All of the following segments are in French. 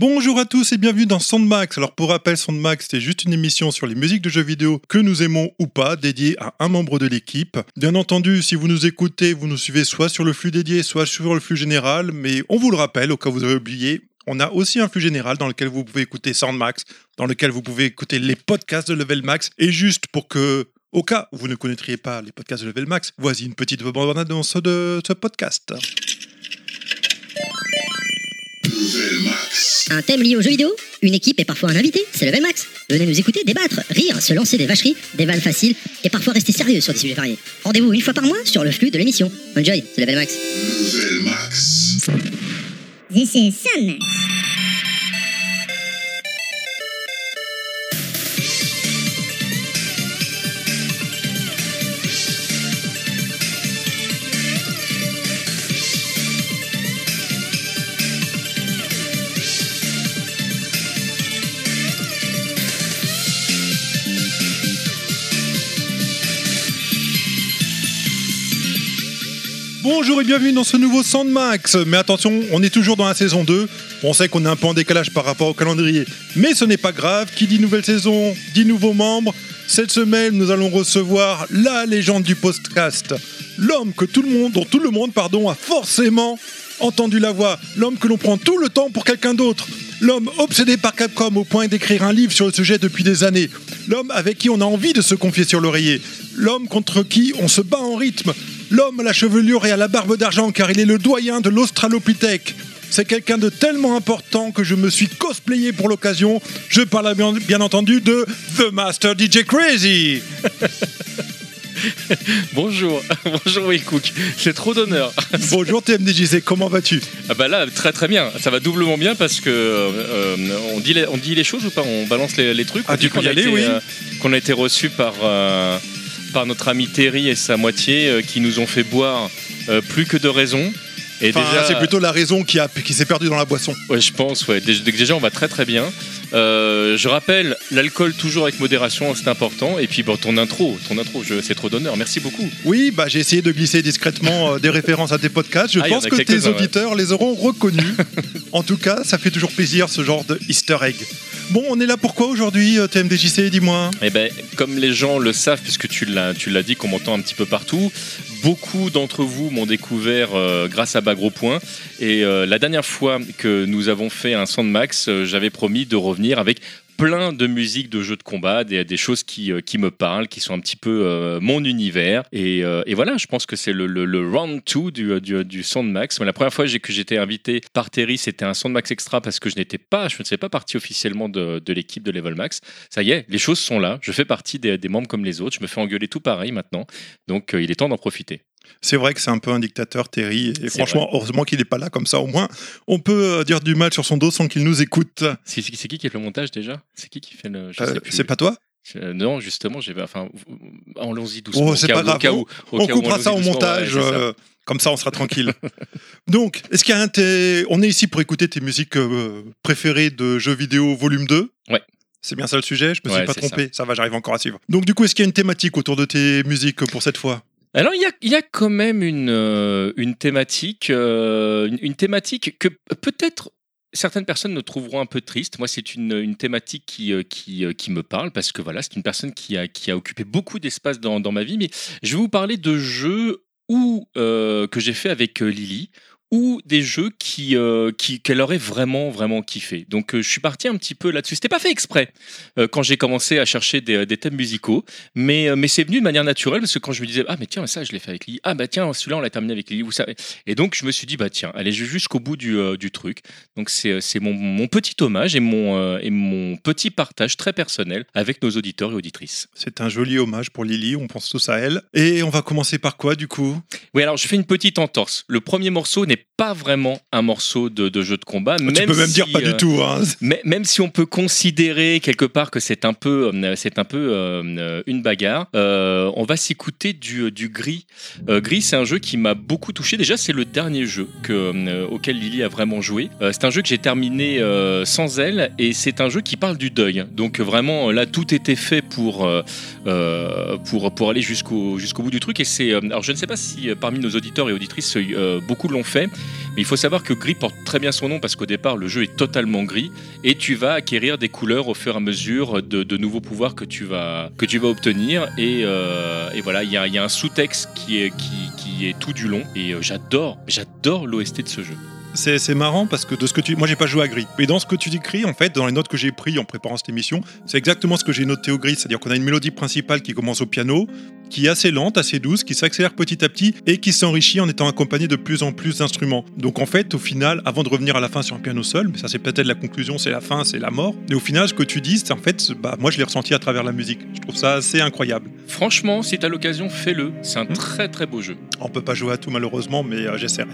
Bonjour à tous et bienvenue dans Soundmax. Alors pour rappel, Soundmax c'est juste une émission sur les musiques de jeux vidéo que nous aimons ou pas, dédiée à un membre de l'équipe. Bien entendu, si vous nous écoutez, vous nous suivez soit sur le flux dédié, soit sur le flux général, mais on vous le rappelle au cas où vous avez oublié, on a aussi un flux général dans lequel vous pouvez écouter Soundmax, dans lequel vous pouvez écouter les podcasts de Level Max, et juste pour que, au cas où vous ne connaîtriez pas les podcasts de Level Max, voici une petite bande-annonce de ce podcast. Un thème lié aux jeux vidéo, une équipe et parfois un invité, c'est Level Max. Venez nous écouter, débattre, rire, se lancer des vacheries, des vannes faciles et parfois rester sérieux sur des sujets variés. Rendez-vous une fois par mois sur le flux de l'émission. Enjoy, c'est Level Max. Level Max. This is Soundmax. Bonjour et bienvenue dans ce nouveau Soundmax. Mais attention, on est toujours dans la saison 2. On sait qu'on est un peu en décalage par rapport au calendrier. Mais ce n'est pas grave. Qui dit nouvelle saison, dit nouveaux membres. Cette semaine, nous allons recevoir la légende du podcast. L'homme que dont tout le monde a forcément entendu la voix. L'homme que l'on prend tout le temps pour quelqu'un d'autre. L'homme obsédé par Capcom au point d'écrire un livre sur le sujet depuis des années. L'homme avec qui on a envie de se confier sur l'oreiller. L'homme contre qui on se bat en rythme. L'homme à la chevelure et à la barbe d'argent car il est le doyen de l'Australopithèque. C'est quelqu'un de tellement important que je me suis cosplayé pour l'occasion. Je parle bien entendu de The Master DJ Crazy. Bonjour Will Cook, c'est trop d'honneur. Bonjour TMDJC, comment vas-tu? Ah bah là, très très bien, ça va doublement bien parce que on dit les choses ou pas? On balance les trucs. Ah, tu peux y aller, oui. Qu'on a été reçu par notre ami Terry et sa moitié qui nous ont fait boire plus que de raison. Et déjà, c'est plutôt la raison qui s'est perdue dans la boisson. Ouais, je pense, ouais. Déjà, on va très très bien. Je rappelle, l'alcool toujours avec modération, c'est important. Et puis, bon, ton intro, c'est trop d'honneur. Merci beaucoup. Oui, j'ai essayé de glisser discrètement des références à tes podcasts. Je pense que tes auditeurs les auront reconnus. En tout cas, ça fait toujours plaisir, ce genre de easter egg. Bon, on est là pourquoi aujourd'hui, TMDJC, dis-moi? Eh ben, comme les gens le savent, puisque tu l'as dit, qu'on m'entend un petit peu partout, beaucoup d'entre vous m'ont découvert grâce à Bagro Point. Et la dernière fois que nous avons fait un Soundmax, j'avais promis de revenir avec plein de musiques de jeux de combat, des choses qui me parlent, qui sont un petit peu mon univers. Et voilà, je pense que c'est le round 2 du Soundmax. Mais la première fois que j'étais invité par Terry, c'était un Soundmax extra parce que je ne faisais pas partie officiellement de l'équipe de Level Max. Ça y est, les choses sont là. Je fais partie des membres comme les autres. Je me fais engueuler tout pareil maintenant. Donc il est temps d'en profiter. C'est vrai que c'est un peu un dictateur, Terry, et franchement, heureusement qu'il n'est pas là, comme ça au moins on peut dire du mal sur son dos sans qu'il nous écoute. C'est qui fait le montage déjà? C'est qui fait le... C'est pas toi? Non, justement, allons-y doucement. Oh, c'est pas grave, on coupera ça au montage, comme ça on sera tranquille. Donc, est-ce qu'il y a on est ici pour écouter tes musiques préférées de jeux vidéo volume 2? Ouais. C'est bien ça le sujet? Je me suis pas trompé, ça va, j'arrive encore à suivre. Donc du coup, est-ce qu'il y a une thématique autour de tes musiques pour cette fois? Alors il y a quand même une thématique que peut-être certaines personnes ne trouveront un peu triste. Moi, c'est une thématique qui me parle parce que voilà, c'est une personne qui a occupé beaucoup d'espace dans ma vie. Mais je vais vous parler de jeux que j'ai fait avec Lily, ou des jeux qu'elle aurait vraiment kiffé. Donc je suis parti un petit peu là-dessus. C'était pas fait exprès quand j'ai commencé à chercher des thèmes musicaux, mais c'est venu de manière naturelle parce que quand je me disais mais tiens, ça je l'ai fait avec Lily, tiens, celui-là on l'a terminé avec Lily, vous savez. Et donc je me suis dit tiens, allez jusqu'au bout du truc. Donc c'est mon petit hommage et mon petit partage très personnel avec nos auditeurs et auditrices. C'est un joli hommage pour Lily, on pense tous à elle. Et on va commencer par quoi du coup? Oui, alors je fais une petite entorse. Le premier morceau n'est pas vraiment un morceau de jeu de combat. Tu peux même dire pas du tout. Hein. Même si on peut considérer quelque part que c'est un peu une bagarre, on va s'écouter du Gris. Gris, c'est un jeu qui m'a beaucoup touché. Déjà, c'est le dernier jeu auquel Lily a vraiment joué. C'est un jeu que j'ai terminé sans elle et c'est un jeu qui parle du deuil. Donc vraiment, là, tout était fait pour aller jusqu'au bout du truc. Et alors, je ne sais pas si parmi nos auditeurs et auditrices, beaucoup l'ont fait. Mais il faut savoir que gris porte très bien son nom parce qu'au départ, le jeu est totalement gris et tu vas acquérir des couleurs au fur et à mesure de nouveaux pouvoirs que tu vas obtenir. Et voilà, il y a un sous-texte qui est tout du long. Et j'adore l'OST de ce jeu. C'est marrant parce que moi j'ai pas joué à Gris, mais dans ce que tu décris en fait, dans les notes que j'ai prises en préparant cette émission, c'est exactement ce que j'ai noté au Gris, c'est-à-dire qu'on a une mélodie principale qui commence au piano, qui est assez lente, assez douce, qui s'accélère petit à petit et qui s'enrichit en étant accompagnée de plus en plus d'instruments. Donc en fait, au final, avant de revenir à la fin sur un piano seul, mais ça c'est peut-être la conclusion, c'est la fin, c'est la mort. Et au final, ce que tu dis, c'est en fait, moi je l'ai ressenti à travers la musique. Je trouve ça assez incroyable. Franchement, si t'as l'occasion, fais-le. C'est un très très beau jeu. On peut pas jouer à tout malheureusement, mais j'essaierai.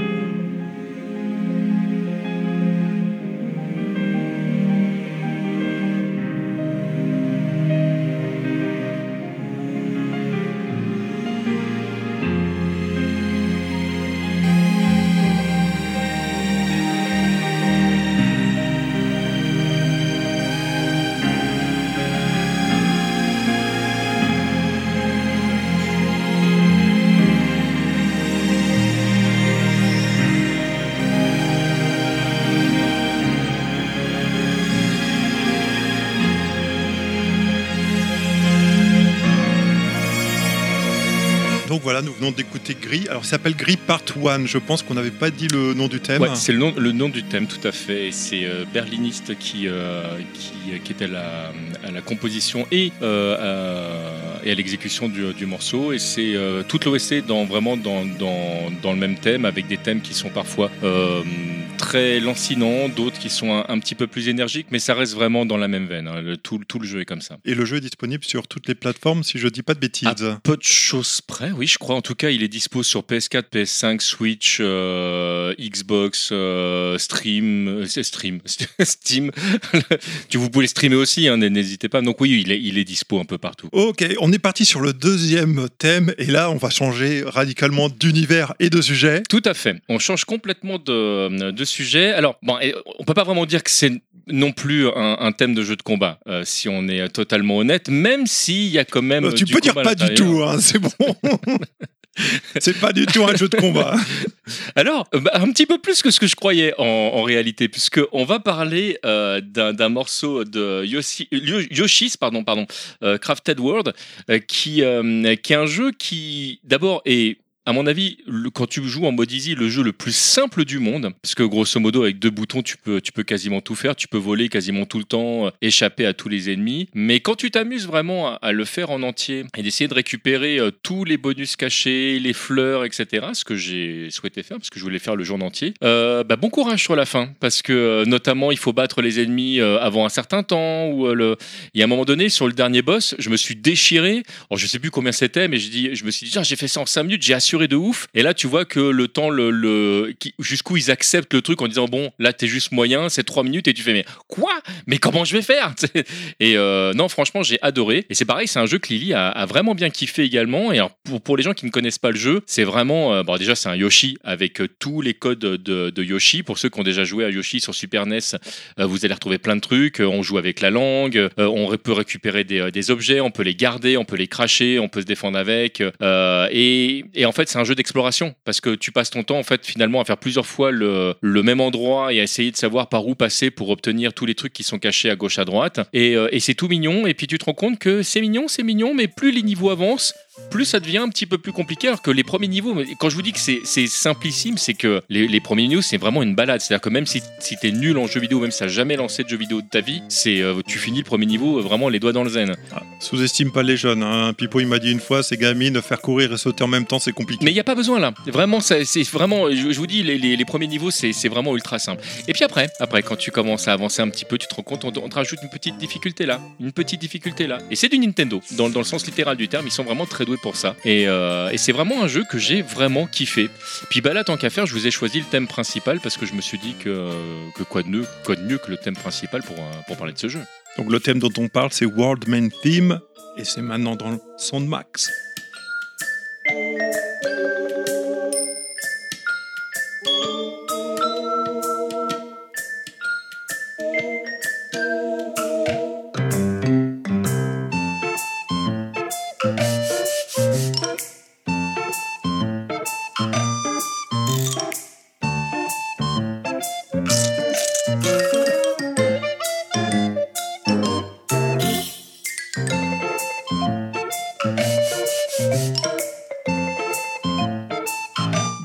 Donc voilà, nous venons d'écouter Gris. Alors, il s'appelle Gris Part 1. Je pense qu'on n'avait pas dit le nom du thème. Ouais, c'est le nom du thème, tout à fait. Et c'est Berliniste qui était à la composition et à l'exécution du morceau. Et c'est toute l'OST vraiment dans le même thème, avec des thèmes qui sont parfois très lancinants, d'autres qui sont un petit peu plus énergiques, mais ça reste vraiment dans la même veine. Hein. Tout le jeu est comme ça. Et le jeu est disponible sur toutes les plateformes, si je dis pas de bêtises. À peu de choses près, oui, je crois. En tout cas, il est dispo sur PS4, PS5, Switch, Xbox, Steam. Vous pouvez le streamer aussi, hein, n'hésitez pas. Donc oui, il est dispo un peu partout. Ok, on est parti sur le deuxième thème, et là, on va changer radicalement d'univers et de sujet. Tout à fait. On change complètement de sujet. Alors, bon, on peut pas vraiment dire que c'est non plus un thème de jeu de combat, si on est totalement honnête, même s'il y a quand même tu peux dire pas du tout, hein, c'est bon. C'est pas du tout un jeu de combat. Alors, un petit peu plus que ce que je croyais en réalité, puisqu'on va parler d'un morceau de Yoshi's Crafted World, qui est un jeu qui, d'abord, est, à mon avis, quand tu joues en mode easy, le jeu le plus simple du monde, parce que grosso modo, avec 2 boutons, tu peux quasiment tout faire, tu peux voler quasiment tout le temps, échapper à tous les ennemis. Mais quand tu t'amuses vraiment à le faire en entier et d'essayer de récupérer tous les bonus cachés, les fleurs, etc., ce que j'ai souhaité faire, parce que je voulais faire le jeu en entier, bon courage sur la fin, parce que notamment, il faut battre les ennemis avant un certain temps, ou il y a un moment donné, sur le dernier boss, je me suis déchiré. Alors, je sais plus combien c'était, mais je me suis dit, j'ai fait ça en 5 minutes, j'ai assuré de ouf, et là tu vois que le temps jusqu'où ils acceptent le truc en disant bon là t'es juste moyen, c'est 3 minutes, et tu fais mais comment je vais faire? Et non, franchement j'ai adoré, et c'est pareil, c'est un jeu que Lily a vraiment bien kiffé également. Et alors pour les gens qui ne connaissent pas le jeu, c'est vraiment déjà c'est un Yoshi avec tous les codes de Yoshi. Pour ceux qui ont déjà joué à Yoshi sur Super NES, vous allez retrouver plein de trucs. On joue avec la langue, on peut récupérer des objets, on peut les garder, on peut les cracher, on peut se défendre avec, et en fait c'est un jeu d'exploration, parce que tu passes ton temps en fait finalement à faire plusieurs fois le même endroit et à essayer de savoir par où passer pour obtenir tous les trucs qui sont cachés à gauche à droite, et c'est tout mignon. Et puis tu te rends compte que c'est mignon, mais plus les niveaux avancent, plus ça devient un petit peu plus compliqué. Alors que les premiers niveaux, quand je vous dis que c'est simplissime, c'est que les premiers niveaux c'est vraiment une balade. C'est à dire que même si t'es nul en jeu vidéo, même si t'as jamais lancé de jeu vidéo de ta vie, tu finis le premier niveau vraiment les doigts dans le zen. Sous-estime pas les jeunes, hein. Pipo il m'a dit une fois, ces gamines, faire courir et sauter en même temps c'est compliqué. Mais il n'y a pas besoin là, vraiment, c'est vraiment, je vous dis, les premiers niveaux c'est vraiment ultra simple. Et puis après quand tu commences à avancer un petit peu, tu te rends compte, on te rajoute une petite difficulté là. Et c'est du Nintendo, dans le sens littéral du terme, ils sont vraiment très doués pour ça. Et c'est vraiment un jeu que j'ai vraiment kiffé. Puis là, tant qu'à faire, je vous ai choisi le thème principal, parce que je me suis dit que quoi de mieux que le thème principal pour parler de ce jeu. Donc le thème dont on parle, c'est World Main Theme, et c'est maintenant dans le Soundmax.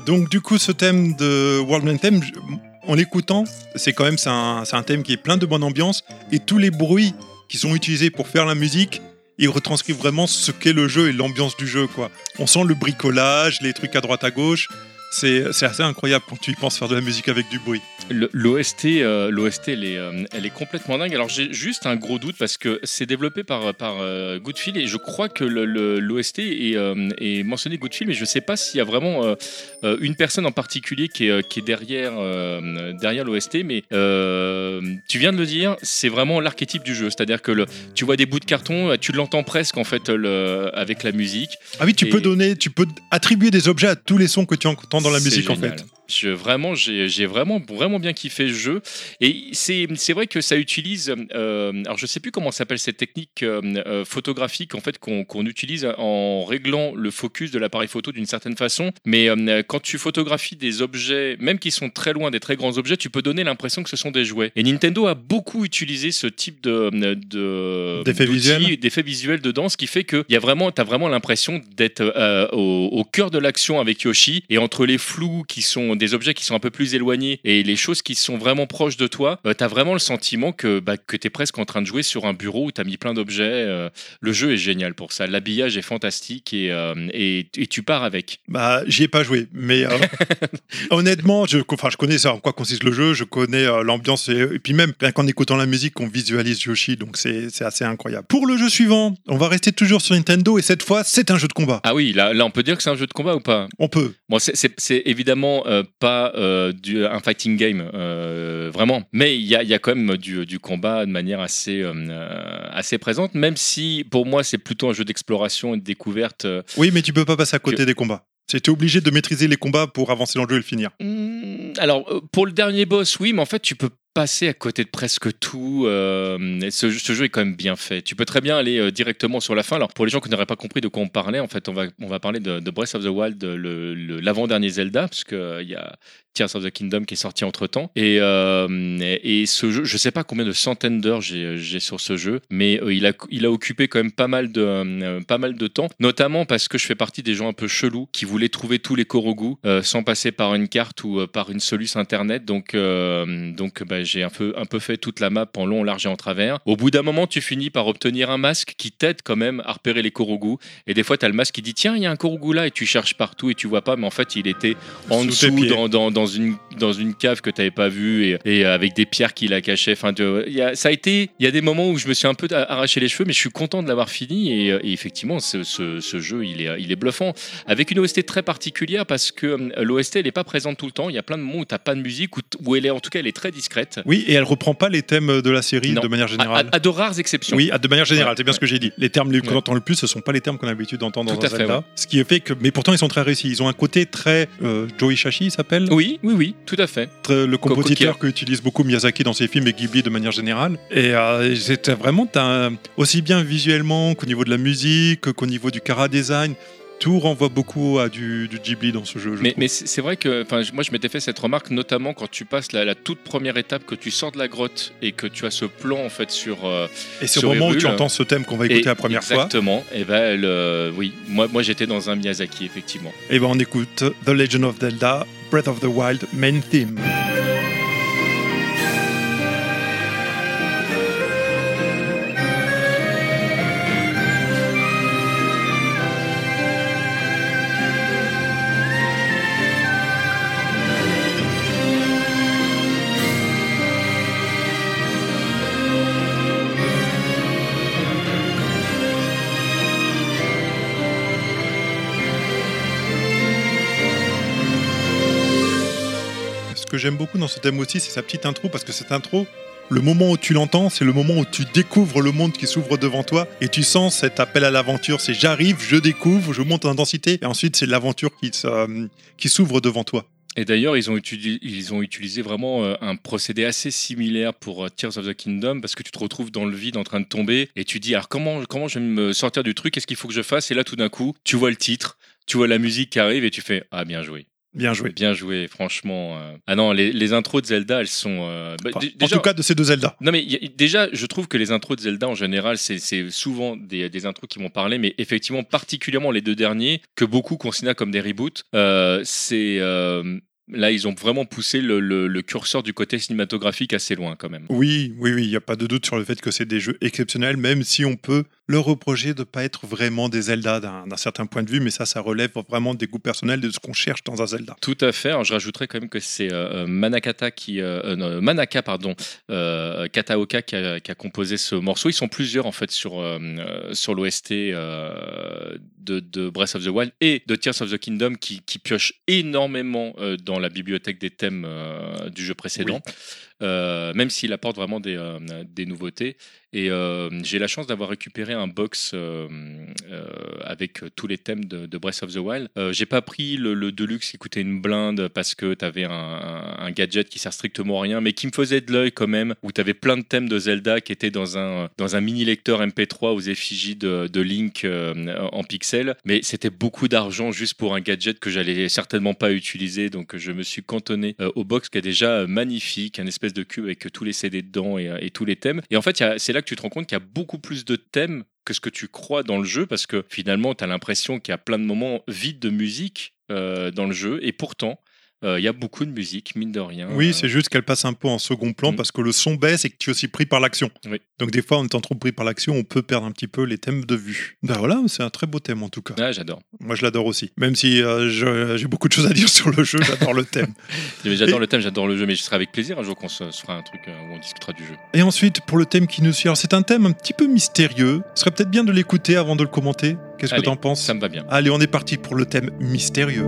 Donc du coup, ce thème de World Anthem, en l'écoutant, c'est un thème qui est plein de bonne ambiance et tous les bruits qui sont utilisés pour faire la musique, ils retranscrivent vraiment ce qu'est le jeu et l'ambiance du jeu, quoi. On sent le bricolage, les trucs à droite à gauche. C'est assez incroyable quand tu y penses faire de la musique avec du bruit. L'OST, elle est complètement dingue. Alors j'ai juste un gros doute parce que c'est développé par Goodfield et je crois que l'OST est mentionné Goodfield, mais je ne sais pas s'il y a vraiment une personne en particulier qui est derrière l'OST. Mais tu viens de le dire, c'est vraiment l'archétype du jeu. C'est-à-dire que tu vois des bouts de carton, tu l'entends presque en fait avec la musique. Ah oui, tu peux attribuer des objets à tous les sons que tu entends dans la musique en fait. J'ai vraiment bien kiffé ce jeu et c'est vrai que ça utilise alors je sais plus comment s'appelle cette technique photographique en fait qu'on utilise en réglant le focus de l'appareil photo d'une certaine façon, mais quand tu photographies des objets même qui sont très loin des très grands objets, tu peux donner l'impression que ce sont des jouets et Nintendo a beaucoup utilisé ce type d'effets visuels dedans, ce qui fait que t'as vraiment l'impression d'être au cœur de l'action avec Yoshi et entre les flous qui sont des objets qui sont un peu plus éloignés et les choses qui sont vraiment proches de toi, t'as vraiment le sentiment que t'es presque en train de jouer sur un bureau où t'as mis plein d'objets. Le jeu est génial pour ça, l'habillage est fantastique et tu pars avec. J'y ai pas joué, mais honnêtement, je connais ça, en quoi consiste le jeu, je connais l'ambiance et puis même qu'en écoutant la musique, on visualise Yoshi, donc c'est assez incroyable. Pour le jeu suivant, on va rester toujours sur Nintendo et cette fois, c'est un jeu de combat. Ah oui, là on peut dire que c'est un jeu de combat ou pas ? On peut. Bon, c'est évidemment pas un fighting game, vraiment. Mais il y a quand même du combat de manière assez présente, même si pour moi c'est plutôt un jeu d'exploration et de découverte. Oui, mais tu peux pas passer à côté des combats. Tu es obligé de maîtriser les combats pour avancer dans le jeu et le finir. Alors, pour le dernier boss, oui, mais en fait, tu peux passer à côté de presque tout. Ce jeu est quand même bien fait. Tu peux très bien aller directement sur la fin. Alors, pour les gens qui n'auraient pas compris de quoi on parlait, en fait, on va parler de Breath of the Wild, l'avant-dernier Zelda, parce qu'il y a Tears of the Kingdom qui est sorti entre-temps. Et ce jeu, je ne sais pas combien de centaines d'heures j'ai sur ce jeu, mais il a occupé quand même pas mal de temps, notamment parce que je fais partie des gens un peu chelous qui voulaient trouver tous les Korogu sans passer par une carte ou par une soluce internet. Donc j'ai un peu fait toute la map en long, large et en travers. Au bout d'un moment, tu finis par obtenir un masque qui t'aide quand même à repérer les Korogu. Et des fois, tu as le masque qui dit tiens, il y a un Korogu là, et tu cherches partout et tu vois pas, mais en fait, il était en dessous dans une cave que tu n'avais pas vue et avec des pierres qui la cachaient. Enfin, il y a des moments où je me suis un peu arraché les cheveux, mais je suis content de l'avoir fini. Et effectivement, ce jeu, il est bluffant. Avec une OST très particulière parce que l'OST, elle n'est pas présente tout le temps. Il y a plein de moments où tu n'as pas de musique, où elle est très discrète. Oui, et elle reprend pas les thèmes de la série de manière générale. À de rares exceptions. Oui, de manière générale, c'est bien ce que j'ai dit. Les termes qu'on entend le plus, ce sont pas les termes qu'on a l'habitude d'entendre dans un Zelda. Ce qui fait que, mais pourtant ils sont très réussis. Ils ont un côté très Joe Hisaishi, il s'appelle. Oui, tout à fait. Le compositeur qu'utilise beaucoup Miyazaki dans ses films et Ghibli de manière générale. Et c'était vraiment aussi bien visuellement qu'au niveau de la musique, qu'au niveau du chara design. Tout renvoie beaucoup à du Ghibli dans ce jeu. Mais c'est vrai que moi je m'étais fait cette remarque, notamment quand tu passes la toute première étape, que tu sors de la grotte et que tu as ce plan en fait sur. Et c'est au moment où tu entends ce thème qu'on va écouter la première fois. Exactement. Et oui, moi j'étais dans un Miyazaki effectivement. Et on écoute The Legend of Zelda, Breath of the Wild main theme. Ce que j'aime beaucoup dans ce thème aussi, c'est sa petite intro, parce que cette intro, le moment où tu l'entends, c'est le moment où tu découvres le monde qui s'ouvre devant toi et tu sens cet appel à l'aventure. C'est j'arrive, je découvre, je monte en intensité et ensuite c'est l'aventure qui s'ouvre devant toi. Et d'ailleurs, ils ont utilisé vraiment un procédé assez similaire pour Tears of the Kingdom, parce que tu te retrouves dans le vide en train de tomber et tu dis alors comment je vais me sortir du truc, qu'est-ce qu'il faut que je fasse? Et là tout d'un coup, tu vois le titre, tu vois la musique qui arrive et tu fais ah bien joué. Bien joué. Bien joué, franchement. Ah non, les intros de Zelda, elles sont. En tout cas, de ces deux Zelda. Non, mais déjà, je trouve que les intros de Zelda, en général, c'est souvent des intros qui m'ont parlé, mais effectivement, particulièrement les deux derniers, que beaucoup considèrent comme des reboots, là, ils ont vraiment poussé le curseur du côté cinématographique assez loin, quand même. Oui, il n'y a pas de doute sur le fait que c'est des jeux exceptionnels, même si on peut leur reprocher de ne pas être vraiment des Zelda d'un certain point de vue, mais ça relève vraiment des goûts personnels de ce qu'on cherche dans un Zelda. Tout à fait. Alors, je rajouterais quand même que c'est Manaka Kataoka qui a composé ce morceau. Ils sont plusieurs en fait sur l'OST de Breath of the Wild et de Tears of the Kingdom qui piochent énormément dans la bibliothèque des thèmes du jeu précédent. Oui. Même s'il apporte vraiment des nouveautés. Et j'ai la chance d'avoir récupéré un box avec tous les thèmes de Breath of the Wild. J'ai pas pris le Deluxe qui coûtait une blinde parce que t'avais un gadget qui sert strictement à rien, mais qui me faisait de l'œil quand même, où t'avais plein de thèmes de Zelda qui étaient dans un mini lecteur MP3 aux effigies de Link en pixels. Mais c'était beaucoup d'argent juste pour un gadget que j'allais certainement pas utiliser, donc je me suis cantonné au box qui est déjà magnifique, un espèce de cube avec tous les CD dedans et tous les thèmes. Et en fait, c'est là que tu te rends compte qu'il y a beaucoup plus de thèmes que ce que tu crois dans le jeu, parce que finalement, tu as l'impression qu'il y a plein de moments vides de musique dans le jeu, et pourtant, il y a beaucoup de musique, mine de rien. Oui, c'est juste qu'elle passe un peu en second plan parce que le son baisse et que tu es aussi pris par l'action. Oui. Donc des fois, en étant trop pris par l'action, on peut perdre un petit peu les thèmes de vue. Ben voilà, c'est un très beau thème en tout cas. Ah, j'adore. Moi, je l'adore aussi. Même si j'ai beaucoup de choses à dire sur le jeu, j'adore le thème. J'adore le thème, j'adore le jeu, mais ce sera avec plaisir un jour qu'on se fera un truc où on discutera du jeu. Et ensuite, pour le thème qui nous suit, alors c'est un thème un petit peu mystérieux. Ce serait peut-être bien de l'écouter avant de le commenter. Qu'est-ce que t'en penses ? Ça me va bien. Allez, on est parti pour le thème mystérieux.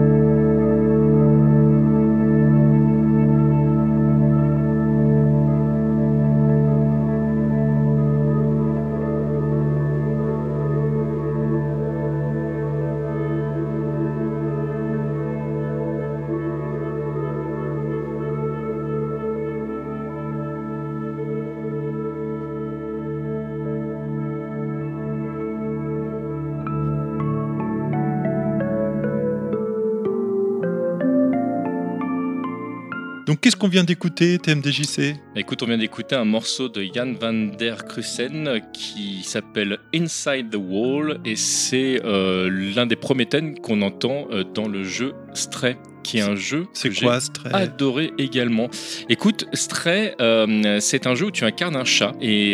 Donc qu'est-ce qu'on vient d'écouter, TMDJC ? Écoute, on vient d'écouter un morceau de Jan van der Kruisen qui s'appelle Inside the Wall, et c'est l'un des premiers thèmes qu'on entend dans le jeu Stray, qui est un jeu que j'ai adoré également. Écoute, Stray, c'est un jeu où tu incarnes un chat, et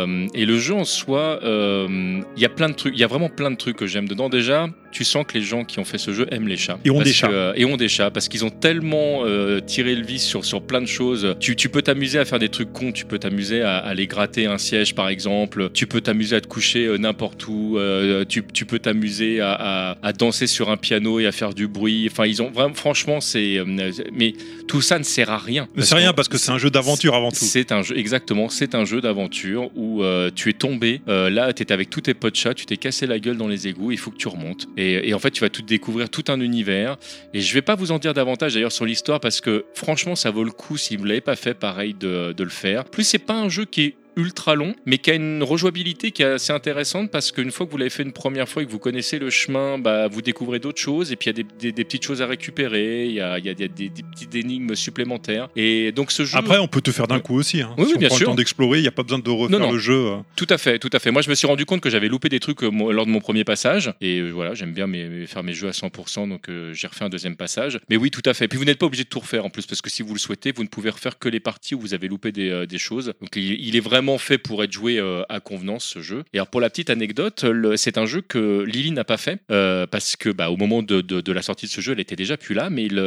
le jeu en soi, il y a plein de trucs, il y a vraiment plein de trucs que j'aime dedans. Déjà, tu sens que les gens qui ont fait ce jeu aiment les chats. Et ont des chats. Parce qu'ils ont tellement tiré le vis sur plein de choses. Tu peux t'amuser à faire des trucs cons, tu peux t'amuser à aller gratter un siège par exemple, tu peux t'amuser à te coucher n'importe où, tu peux t'amuser à danser sur un piano et à faire du bruit. Enfin, ils ont vraiment, franchement, mais tout ça ne sert à rien. Ne sert à rien parce que c'est un jeu d'aventure avant tout. C'est un jeu, exactement, c'est un jeu d'aventure où tu es tombé, là tu étais avec tous tes potes chats, tu t'es cassé la gueule dans les égouts, il faut que tu remontes. Et en fait, tu vas tout découvrir, tout un univers. Et je vais pas vous en dire davantage d'ailleurs sur l'histoire parce que franchement, ça vaut le coup si vous l'avez pas fait, pareil, de le faire. Plus, c'est pas un jeu qui est ultra long, mais qui a une rejouabilité qui est assez intéressante parce qu'une fois que vous l'avez fait une première fois et que vous connaissez le chemin, bah, vous découvrez d'autres choses et puis il y a des petites choses à récupérer, il y a des petites énigmes supplémentaires. Et donc ce jeu... Après, on peut te faire d'un coup aussi. Hein. Oui, si on bien prend sûr. le temps d'explorer, il n'y a pas besoin de refaire le jeu. Tout à fait. Moi, je me suis rendu compte que j'avais loupé des trucs lors de mon premier passage. Et voilà, j'aime bien faire mes jeux à 100%, donc j'ai refait un deuxième passage. Mais oui, tout à fait. Puis vous n'êtes pas obligé de tout refaire en plus, parce que si vous le souhaitez, vous ne pouvez refaire que les parties où vous avez loupé des choses. Donc il est vraiment fait pour être joué à convenance, ce jeu. Et alors pour la petite anecdote, c'est un jeu que Lily n'a pas fait parce que au moment de la sortie de ce jeu, elle était déjà plus là, mais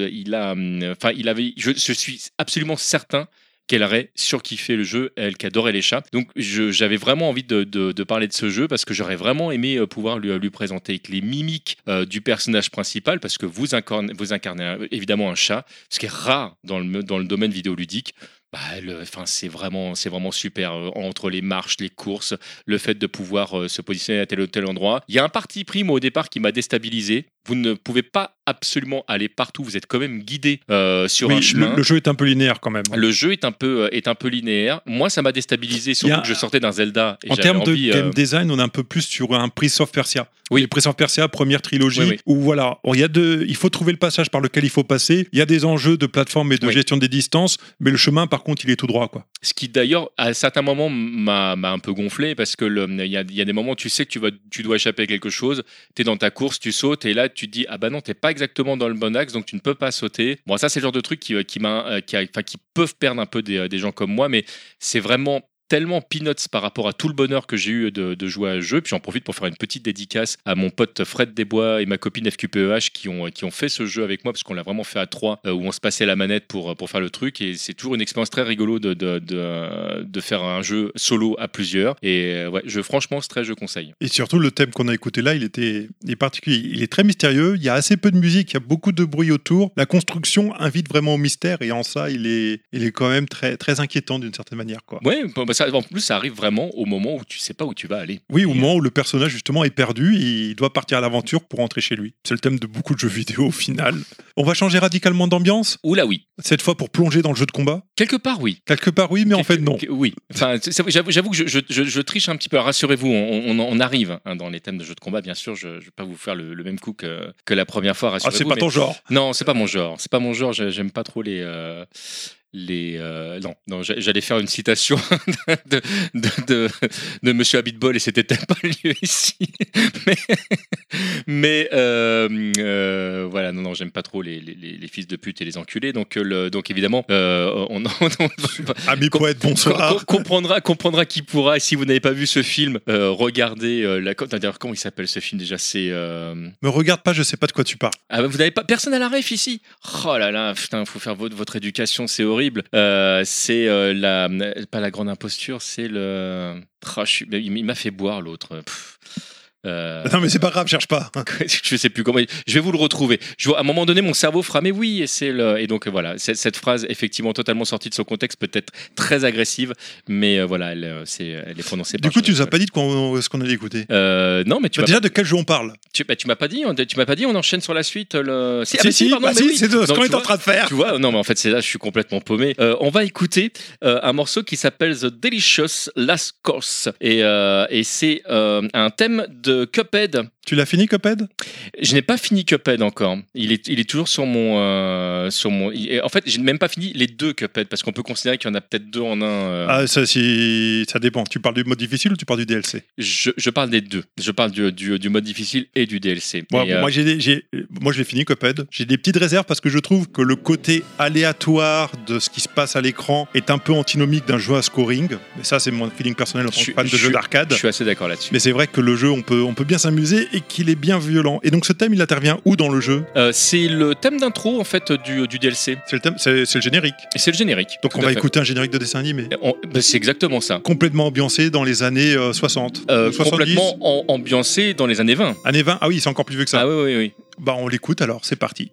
je suis absolument certain qu'elle aurait surkiffé le jeu, elle qui adorait les chats. Donc j'avais vraiment envie de parler de ce jeu parce que j'aurais vraiment aimé pouvoir lui présenter avec les mimiques du personnage principal, parce que vous incarnez évidemment un chat, ce qui est rare dans le domaine vidéoludique. C'est vraiment super entre les marches, les courses, le fait de pouvoir se positionner à tel ou tel endroit. Il y a un parti pris, moi, au départ, qui m'a déstabilisé. vous ne pouvez pas absolument aller partout, vous êtes quand même guidé sur Oui, un chemin. le jeu est un peu linéaire quand même. Le jeu est un peu linéaire. Moi, ça m'a déstabilisé, surtout que je sortais d'un Zelda. Et En j'avais termes de envie, game design, on est un peu plus sur un Prince of Persia. Oui. Les Prince of Persia, première trilogie, Oui. où voilà, il faut trouver le passage par lequel il faut passer. Il y a des enjeux de plateforme et de gestion des distances, mais le chemin, par contre, il est tout droit, quoi. Ce qui d'ailleurs, à certains moments, m'a un peu gonflé parce que il y a des moments où tu sais que tu dois échapper à quelque chose. Tu es dans ta course, tu sautes et là, tu te dis ah bah non, t'es pas exactement dans le bon axe, donc tu ne peux pas sauter. Bon, ça, c'est le genre de truc qui peuvent perdre un peu des gens comme moi, mais c'est vraiment tellement peanuts par rapport à tout le bonheur que j'ai eu de jouer à ce jeu. Puis j'en profite pour faire une petite dédicace à mon pote Fred Desbois et ma copine FQPEH qui ont fait ce jeu avec moi parce qu'on l'a vraiment fait à 3 où on se passait la manette pour faire le truc et c'est toujours une expérience très rigolo de faire un jeu solo à plusieurs et ouais, franchement ce trait je conseille. Et surtout le thème qu'on a écouté là, il est particulier, il est très mystérieux, il y a assez peu de musique, il y a beaucoup de bruit autour, la construction invite vraiment au mystère et en ça il est quand même très, très inquiétant d'une certaine manière, quoi. Ouais, en plus ça arrive vraiment au moment où tu sais pas où tu vas aller. Oui, au moment où le personnage justement est perdu et il doit partir à l'aventure pour rentrer chez lui. C'est le thème de beaucoup de jeux vidéo au final. On va changer radicalement d'ambiance. Oula oui. Cette fois pour plonger dans le jeu de combat. Quelque part oui. Quelque part oui, mais en fait non. Oui. Enfin, j'avoue que je triche un petit peu. Rassurez-vous, on arrive dans les thèmes de jeux de combat. Bien sûr, je vais pas vous faire le même coup que la première fois. Rassurez-vous. Ah, c'est pas ton genre. Non, c'est pas mon genre. C'est pas mon genre. J'aime pas trop non, j'allais faire une citation de Monsieur Habitbol et c'était peut-être pas le lieu ici. mais voilà, non, j'aime pas trop les fils de pute et les enculés. Donc évidemment, Ami poète, bonsoir. comprendra qui pourra. Et si vous n'avez pas vu ce film, regardez d'ailleurs, comment il s'appelle ce film déjà? C'est Me regarde pas, je sais pas de quoi tu parles. Ah, vous n'avez pas personne à la ref ici? Oh là là, putain, faut faire votre éducation, c'est horrible. C'est pas la grande imposture, c'est le. Il m'a fait boire l'autre. Non mais c'est pas grave, cherche pas. Je sais plus comment. Je vais vous le retrouver. À un moment donné, mon cerveau fera mais oui et donc voilà, cette phrase effectivement totalement sortie de son contexte, peut-être très agressive, mais voilà, elle est prononcée. Du coup, tu nous as pas dit ce qu'on allait écouter. Non, mais déjà de quel jeu on parle? Tu m'as pas dit. On enchaîne sur la suite. Si, c'est ce qu'on est en train de faire. Tu vois, non mais en fait c'est là, je suis complètement paumé. On va écouter un morceau qui s'appelle The Delicious Last Course et c'est un thème de Cuphead. Tu l'as fini, Cuphead? Je n'ai pas fini Cuphead encore. Il est toujours sur mon. En fait, j'ai même pas fini les deux Cuphead parce qu'on peut considérer qu'il y en a peut-être deux en un. Ah, ça dépend. Tu parles du mode difficile ou tu parles du DLC? Je parle des deux. Je parle du mode difficile et du DLC. Moi, je l'ai fini, Cuphead. J'ai des petites réserves parce que je trouve que le côté aléatoire de ce qui se passe à l'écran est un peu antinomique d'un jeu à scoring. Mais ça, c'est mon feeling personnel en tant que fan de jeux d'arcade. Je suis assez d'accord là-dessus. Mais c'est vrai que le jeu, on peut bien s'amuser et qu'il est bien violent. Et donc ce thème, il intervient où dans le jeu? C'est le thème d'intro en fait du DLC. C'est le générique. Et c'est le générique. Donc on va écouter un générique de dessin animé. C'est exactement ça. Complètement ambiancé dans les années 60. Complètement ambiancé dans les années 20. Années 20? Ah oui, c'est encore plus vieux que ça. Ah oui. Bah on l'écoute alors, c'est parti.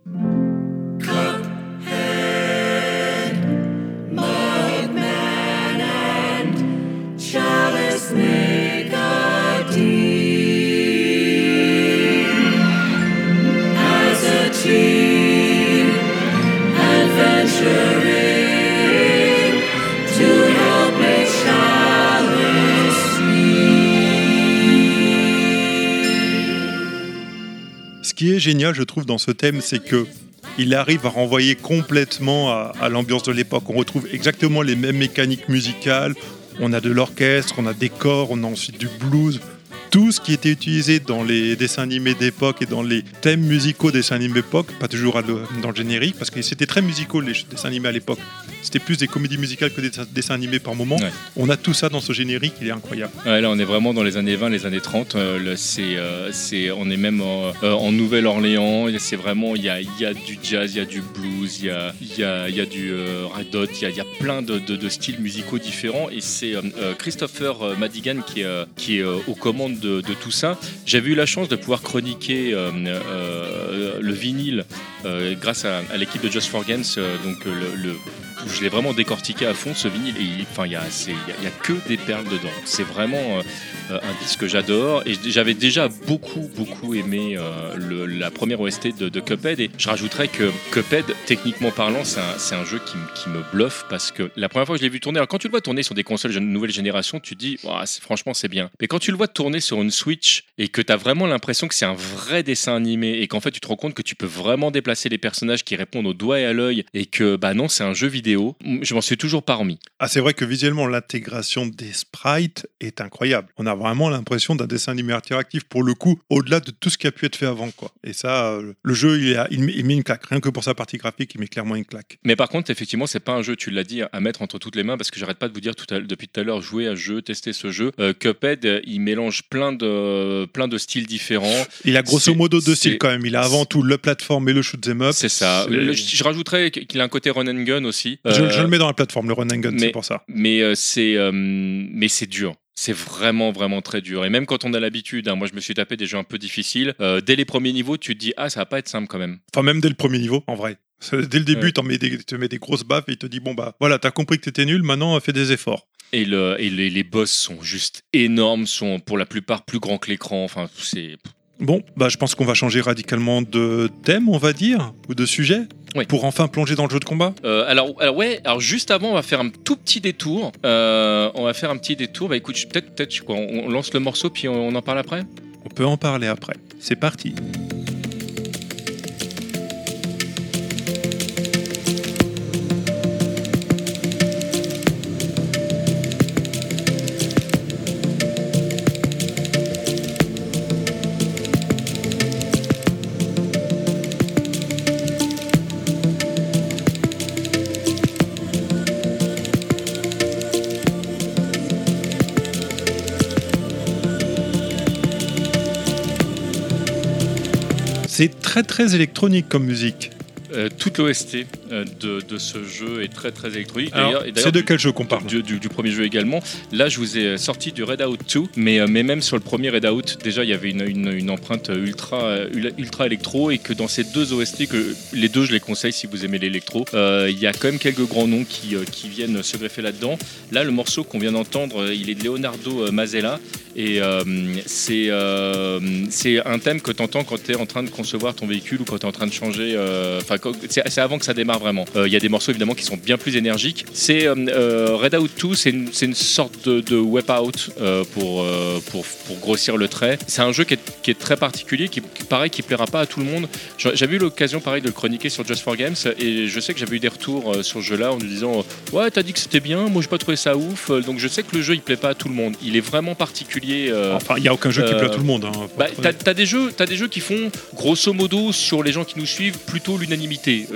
Ce qui est génial, je trouve, dans ce thème, c'est que il arrive à renvoyer complètement à l'ambiance de l'époque. On retrouve exactement les mêmes mécaniques musicales. On a de l'orchestre, on a des chors, on a ensuite du blues. Tout ce qui était utilisé dans les dessins animés d'époque et dans les thèmes musicaux des dessins animés d'époque, pas toujours dans le générique, parce que c'était très musicaux les dessins animés à l'époque. C'était plus des comédies musicales que des dessins animés par moment. Ouais. On a tout ça dans ce générique, il est incroyable. Ouais, là, on est vraiment dans les années 20, les années 30. On est même en Nouvelle-Orléans. C'est vraiment, il y a du jazz, il y a du blues, il y a du Red Hot, il y a plein de styles musicaux différents. Et c'est Christopher Madigan qui est aux commandes de tout ça. J'avais eu la chance de pouvoir chroniquer le vinyle grâce à l'équipe de Just for Games, donc je l'ai vraiment décortiqué à fond ce vinyle. Enfin, il y a que des perles dedans. C'est vraiment un disque que j'adore. Et j'avais déjà beaucoup aimé la première OST de Cuphead. Et je rajouterais que Cuphead, techniquement parlant, c'est un jeu qui me bluffe parce que la première fois que je l'ai vu tourner, alors quand tu le vois tourner sur des consoles nouvelle génération, tu te dis, franchement, c'est bien. Mais quand tu le vois tourner sur une Switch et que tu as vraiment l'impression que c'est un vrai dessin animé et qu'en fait, tu te rends compte que tu peux vraiment déplacer les personnages qui répondent au doigt et à l'œil et que, non, c'est un jeu vidéo, je m'en suis toujours pas remis. Ah, c'est vrai que visuellement, l'intégration des sprites est incroyable. On a vraiment l'impression d'un dessin animé interactif pour le coup, au-delà de tout ce qui a pu être fait avant, quoi. Et ça, le jeu, il met une claque. Rien que pour sa partie graphique, il met clairement une claque. Mais par contre, effectivement, c'est pas un jeu, tu l'as dit, à mettre entre toutes les mains parce que j'arrête pas de vous dire depuis tout à l'heure, jouer à un jeu, tester ce jeu. Cuphead, il mélange plein de styles différents. Il a grosso modo deux styles quand même. Il a avant tout le plateforme et le shoot 'em up. C'est ça. Je rajouterais qu'il a un côté run and gun aussi. Je le mets dans la plateforme, le run and gun, c'est pour ça. Mais c'est dur. C'est vraiment très dur. Et même quand on a l'habitude, moi je me suis tapé des jeux un peu difficiles, dès les premiers niveaux, tu te dis, ça va pas être simple quand même. Enfin, même dès le premier niveau, en vrai. Dès le début, tu te mets des grosses baffes et il te dit, voilà, t'as compris que t'étais nul, maintenant fais des efforts. Et les boss sont juste énormes, sont pour la plupart plus grands que l'écran. Enfin, c'est... Bon, je pense qu'on va changer radicalement de thème, on va dire, ou de sujet, pour enfin plonger dans le jeu de combat. Alors juste avant, on va faire un tout petit détour. Écoute, peut-être on lance le morceau puis on en parle après. On peut en parler après. C'est parti. C'est très électronique comme musique. Toute l'OST de ce jeu est très électronique. Alors, c'est de quel jeu qu'on parle ? Du premier jeu également. Là, je vous ai sorti du Redout 2, mais même sur le premier Redout, déjà, il y avait une empreinte ultra électro, et que dans ces deux OST, que les deux, je les conseille si vous aimez l'électro, il y a quand même quelques grands noms qui viennent se greffer là-dedans. Là, le morceau qu'on vient d'entendre, il est de Leonardo Masella, et c'est un thème que tu entends quand tu es en train de concevoir ton véhicule ou quand tu es en train de changer... c'est avant que ça démarre vraiment. Il y a des morceaux évidemment qui sont bien plus énergiques. C'est Redout 2, c'est une sorte de Wipeout pour grossir le trait. C'est un jeu qui est très particulier, qui plaira pas à tout le monde. J'avais eu l'occasion pareil de le chroniquer sur Just for Games, et je sais que j'avais eu des retours sur ce jeu-là en nous disant ouais, t'as dit que c'était bien, moi j'ai pas trouvé ça ouf. Donc je sais que le jeu il plaît pas à tout le monde. Il est vraiment particulier. Enfin, il y a aucun jeu qui plaît à tout le monde. T'as des jeux qui font grosso modo sur les gens qui nous suivent plutôt l'unanimité.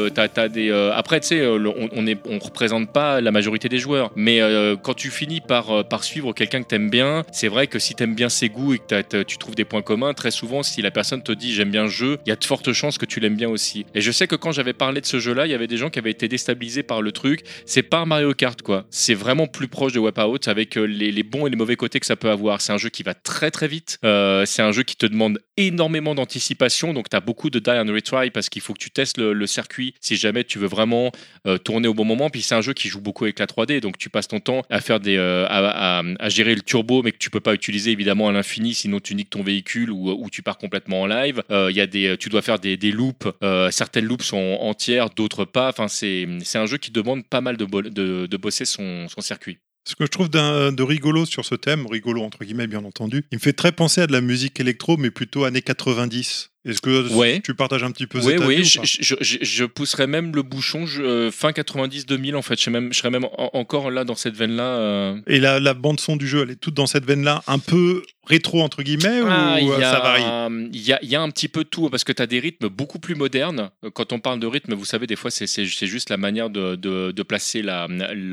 Après, tu sais, on représente pas la majorité des joueurs, mais quand tu finis par suivre quelqu'un que t'aimes bien, c'est vrai que si t'aimes bien ses goûts et que tu trouves des points communs, très souvent, si la personne te dit j'aime bien le jeu, il y a de fortes chances que tu l'aimes bien aussi. Et je sais que quand j'avais parlé de ce jeu-là, il y avait des gens qui avaient été déstabilisés par le truc. C'est pas un Mario Kart, quoi. C'est vraiment plus proche de Wipeout, avec les bons et les mauvais côtés que ça peut avoir. C'est un jeu qui va très vite. C'est un jeu qui te demande énormément d'anticipation, donc t'as beaucoup de die and retry parce qu'il faut que tu testes le circuit si jamais tu veux vraiment tourner au bon moment. Puis c'est un jeu qui joue beaucoup avec la 3D, donc tu passes ton temps à faire à gérer le turbo, mais que tu peux pas utiliser évidemment à l'infini, sinon tu niques ton véhicule ou tu pars complètement en live. Tu dois faire des loops, certaines loops sont entières, d'autres pas. Enfin, c'est un jeu qui demande pas mal de bosser son circuit. Ce que je trouve de rigolo sur ce thème, rigolo entre guillemets bien entendu, il me fait très penser à de la musique électro, mais plutôt années 90. Est-ce que tu partages un petit peu cet avis ou pas ? Je pousserais même le bouchon fin 90-2000 en fait. Je serais même encore là dans cette veine-là. Et la bande-son du jeu, elle est toute dans cette veine-là, un peu rétro entre guillemets, ou ça varie ? Il y a un petit peu de tout, parce que tu as des rythmes beaucoup plus modernes. Quand on parle de rythme, vous savez, des fois, c'est juste la manière de placer la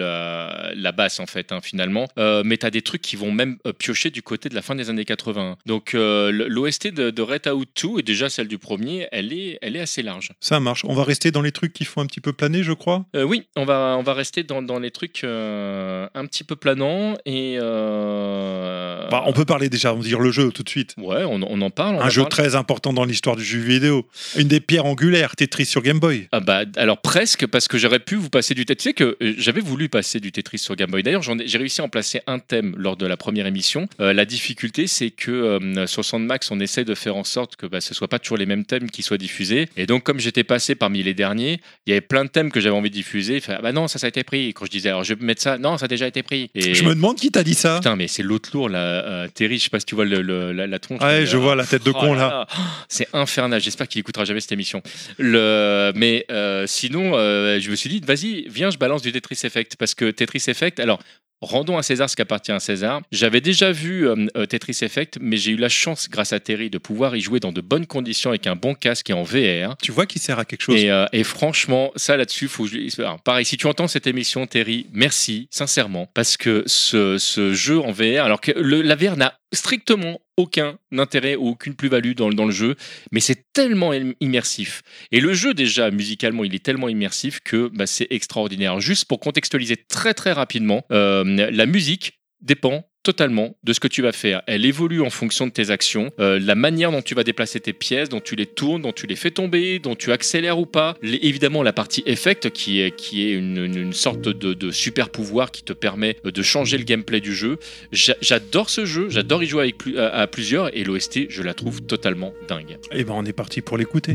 basse en fait, finalement. Mais tu as des trucs qui vont même piocher du côté de la fin des années 80. Donc l'OST de Redout 2 est déjà déjà celle du premier, elle est assez large. Ça marche. On va rester dans les trucs qui font un petit peu planer, je crois. Oui, on va rester dans les trucs un petit peu planants et. On peut parler déjà, on va dire le jeu tout de suite. Ouais, on en parle. Un jeu très important dans l'histoire du jeu vidéo. Une des pierres angulaires, Tetris sur Game Boy. Ah bah alors presque, parce que j'aurais pu vous passer du Tetris. Tu sais que j'avais voulu passer du Tetris sur Game Boy. D'ailleurs, j'ai réussi à en placer un thème lors de la première émission. La difficulté, c'est que sur Soundmax, on essaie de faire en sorte que ce soit pas toujours les mêmes thèmes qui soient diffusés. Et donc, comme j'étais passé parmi les derniers, il y avait plein de thèmes que j'avais envie de diffuser. Il fait, ah bah non, ça a été pris. Et quand je disais, alors je vais mettre ça, non, ça a déjà été pris. Et... Je me demande qui t'a dit ça. Putain, mais c'est l'autre lourd là, Terry. Je sais pas si tu vois la tronche. Ouais, je vois la tête de con là. C'est infernal. J'espère qu'il écoutera jamais cette émission. Mais sinon, je me suis dit, vas-y, viens, je balance du Tetris Effect. Parce que Tetris Effect, alors, rendons à César ce qui appartient à César. J'avais déjà vu Tetris Effect, mais j'ai eu la chance, grâce à Terry, de pouvoir y jouer dans de bonnes conditions avec un bon casque et en VR. Tu vois qu'il sert à quelque chose. Et franchement, ça là-dessus, faut que je... Alors, pareil, si tu entends cette émission, Terry, merci, sincèrement, parce que ce jeu en VR, alors que la VR n'a strictement aucun intérêt ou aucune plus-value dans le jeu, mais c'est tellement immersif. Et le jeu, déjà, musicalement, il est tellement immersif que c'est extraordinaire. Juste pour contextualiser très très rapidement, la musique dépend totalement de ce que tu vas faire. Elle évolue en fonction de tes actions, la manière dont tu vas déplacer tes pièces, dont tu les tournes, dont tu les fais tomber, dont tu accélères ou pas. Évidemment, la partie effect qui est une sorte de super pouvoir qui te permet de changer le gameplay du jeu. J'adore ce jeu, j'adore y jouer à plusieurs et l'OST, je la trouve totalement dingue. Et on est parti pour l'écouter.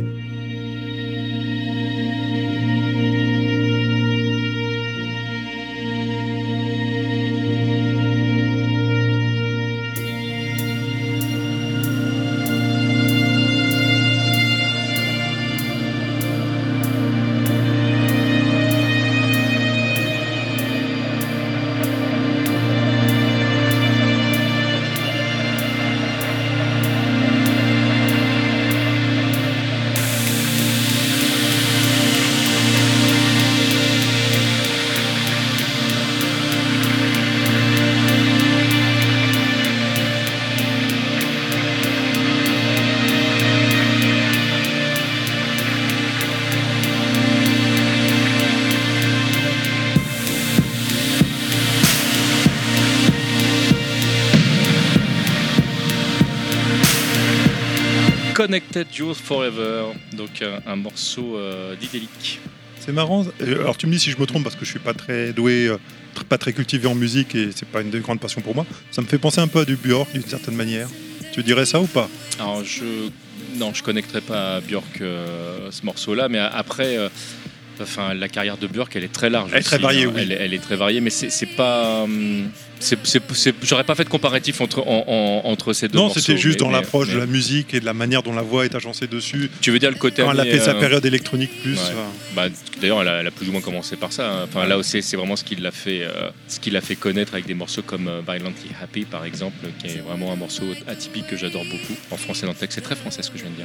Connected Yours Forever, donc un morceau d'idyllique. C'est marrant. Alors tu me dis si je me trompe parce que je suis pas très doué, pas très cultivé en musique et c'est pas une des grandes passions pour moi. Ça me fait penser un peu à du Björk d'une certaine manière. Tu dirais ça ou pas? Alors je connecterai pas à Björk ce morceau-là, mais après. La carrière de Björk, elle est très large. Elle est très variée, oui. Elle est très variée, mais c'est pas. J'aurais pas fait de comparatif entre ces deux morceaux. Non, c'était juste dans l'approche de la musique et de la manière dont la voix est agencée dessus. Tu veux dire le côté. Quand elle a fait sa période électronique plus. Ouais. D'ailleurs, elle a plus ou moins commencé par ça. Hein. Là aussi, c'est vraiment ce qui l'a fait connaître avec des morceaux comme Violently Happy, par exemple, qui est vraiment un morceau atypique que j'adore beaucoup. En français, dans le texte, c'est très français ce que je viens de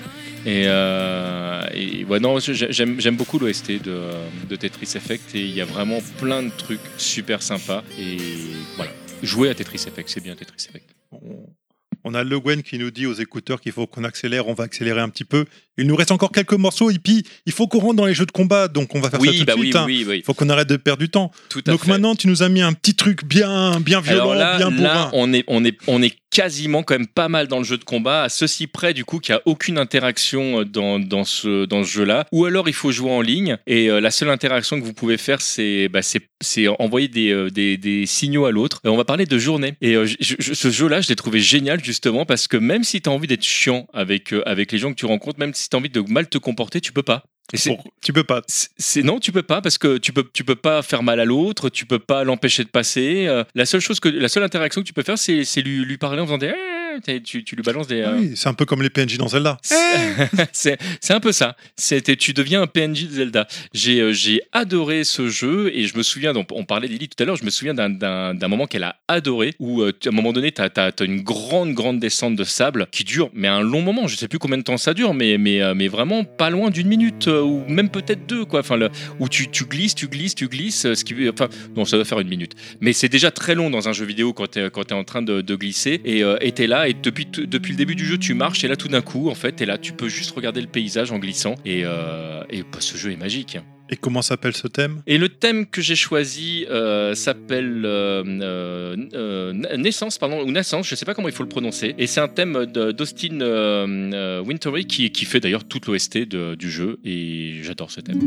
dire. Et ouais, non, j'aime beaucoup l'OST de Tetris Effect et il y a vraiment plein de trucs super sympas. Et voilà. Jouer à Tetris Effect, c'est bien Tetris Effect. On a Le Gwen qui nous dit aux écouteurs qu'il faut qu'on accélère, on va accélérer un petit peu. Il nous reste encore quelques morceaux et puis il faut qu'on rentre dans les jeux de combat, donc on va faire ça tout de suite. Oui. Il faut qu'on arrête de perdre du temps. Donc maintenant, tu nous as mis un petit truc bien violent, bien bourrin. Là, on est quasiment quand même pas mal dans le jeu de combat, à ceci près du coup qu'il n'y a aucune interaction dans ce jeu-là. Ou alors il faut jouer en ligne et la seule interaction que vous pouvez faire, c'est envoyer des signaux à l'autre. On va parler de journée. Et ce jeu-là, je l'ai trouvé génial justement parce que même si tu as envie d'être chiant avec les gens que tu rencontres, même si tu as envie de mal te comporter, tu peux pas. Tu peux pas. Non, tu peux pas parce que tu peux pas faire mal à l'autre, tu peux pas l'empêcher de passer. La seule interaction que tu peux faire, c'est lui parler en faisant des tu lui balances des. Oui, c'est un peu comme les PNJ dans Zelda. C'est un peu ça. Tu deviens un PNJ de Zelda. J'ai adoré ce jeu et je me souviens, on parlait d'Ellie tout à l'heure, je me souviens d'un moment qu'elle a adoré où à un moment donné, t'as une grande descente de sable qui dure, mais un long moment. Je sais plus combien de temps ça dure, mais vraiment pas loin d'une minute ou même peut-être deux, quoi. Enfin, où tu glisses, non, ça doit faire une minute. Mais c'est déjà très long dans un jeu vidéo quand t'es en train de glisser et t'es là. là, et depuis le début du jeu, tu marches, et là, tout d'un coup, en fait, t'es là, tu peux juste regarder le paysage en glissant, et ce jeu est magique. Et comment s'appelle ce thème ? Et le thème que j'ai choisi s'appelle Naissance, ou Naissance, je sais pas comment il faut le prononcer. Et c'est un thème d'Austin Wintory qui fait d'ailleurs toute l'OST du jeu, et j'adore ce thème.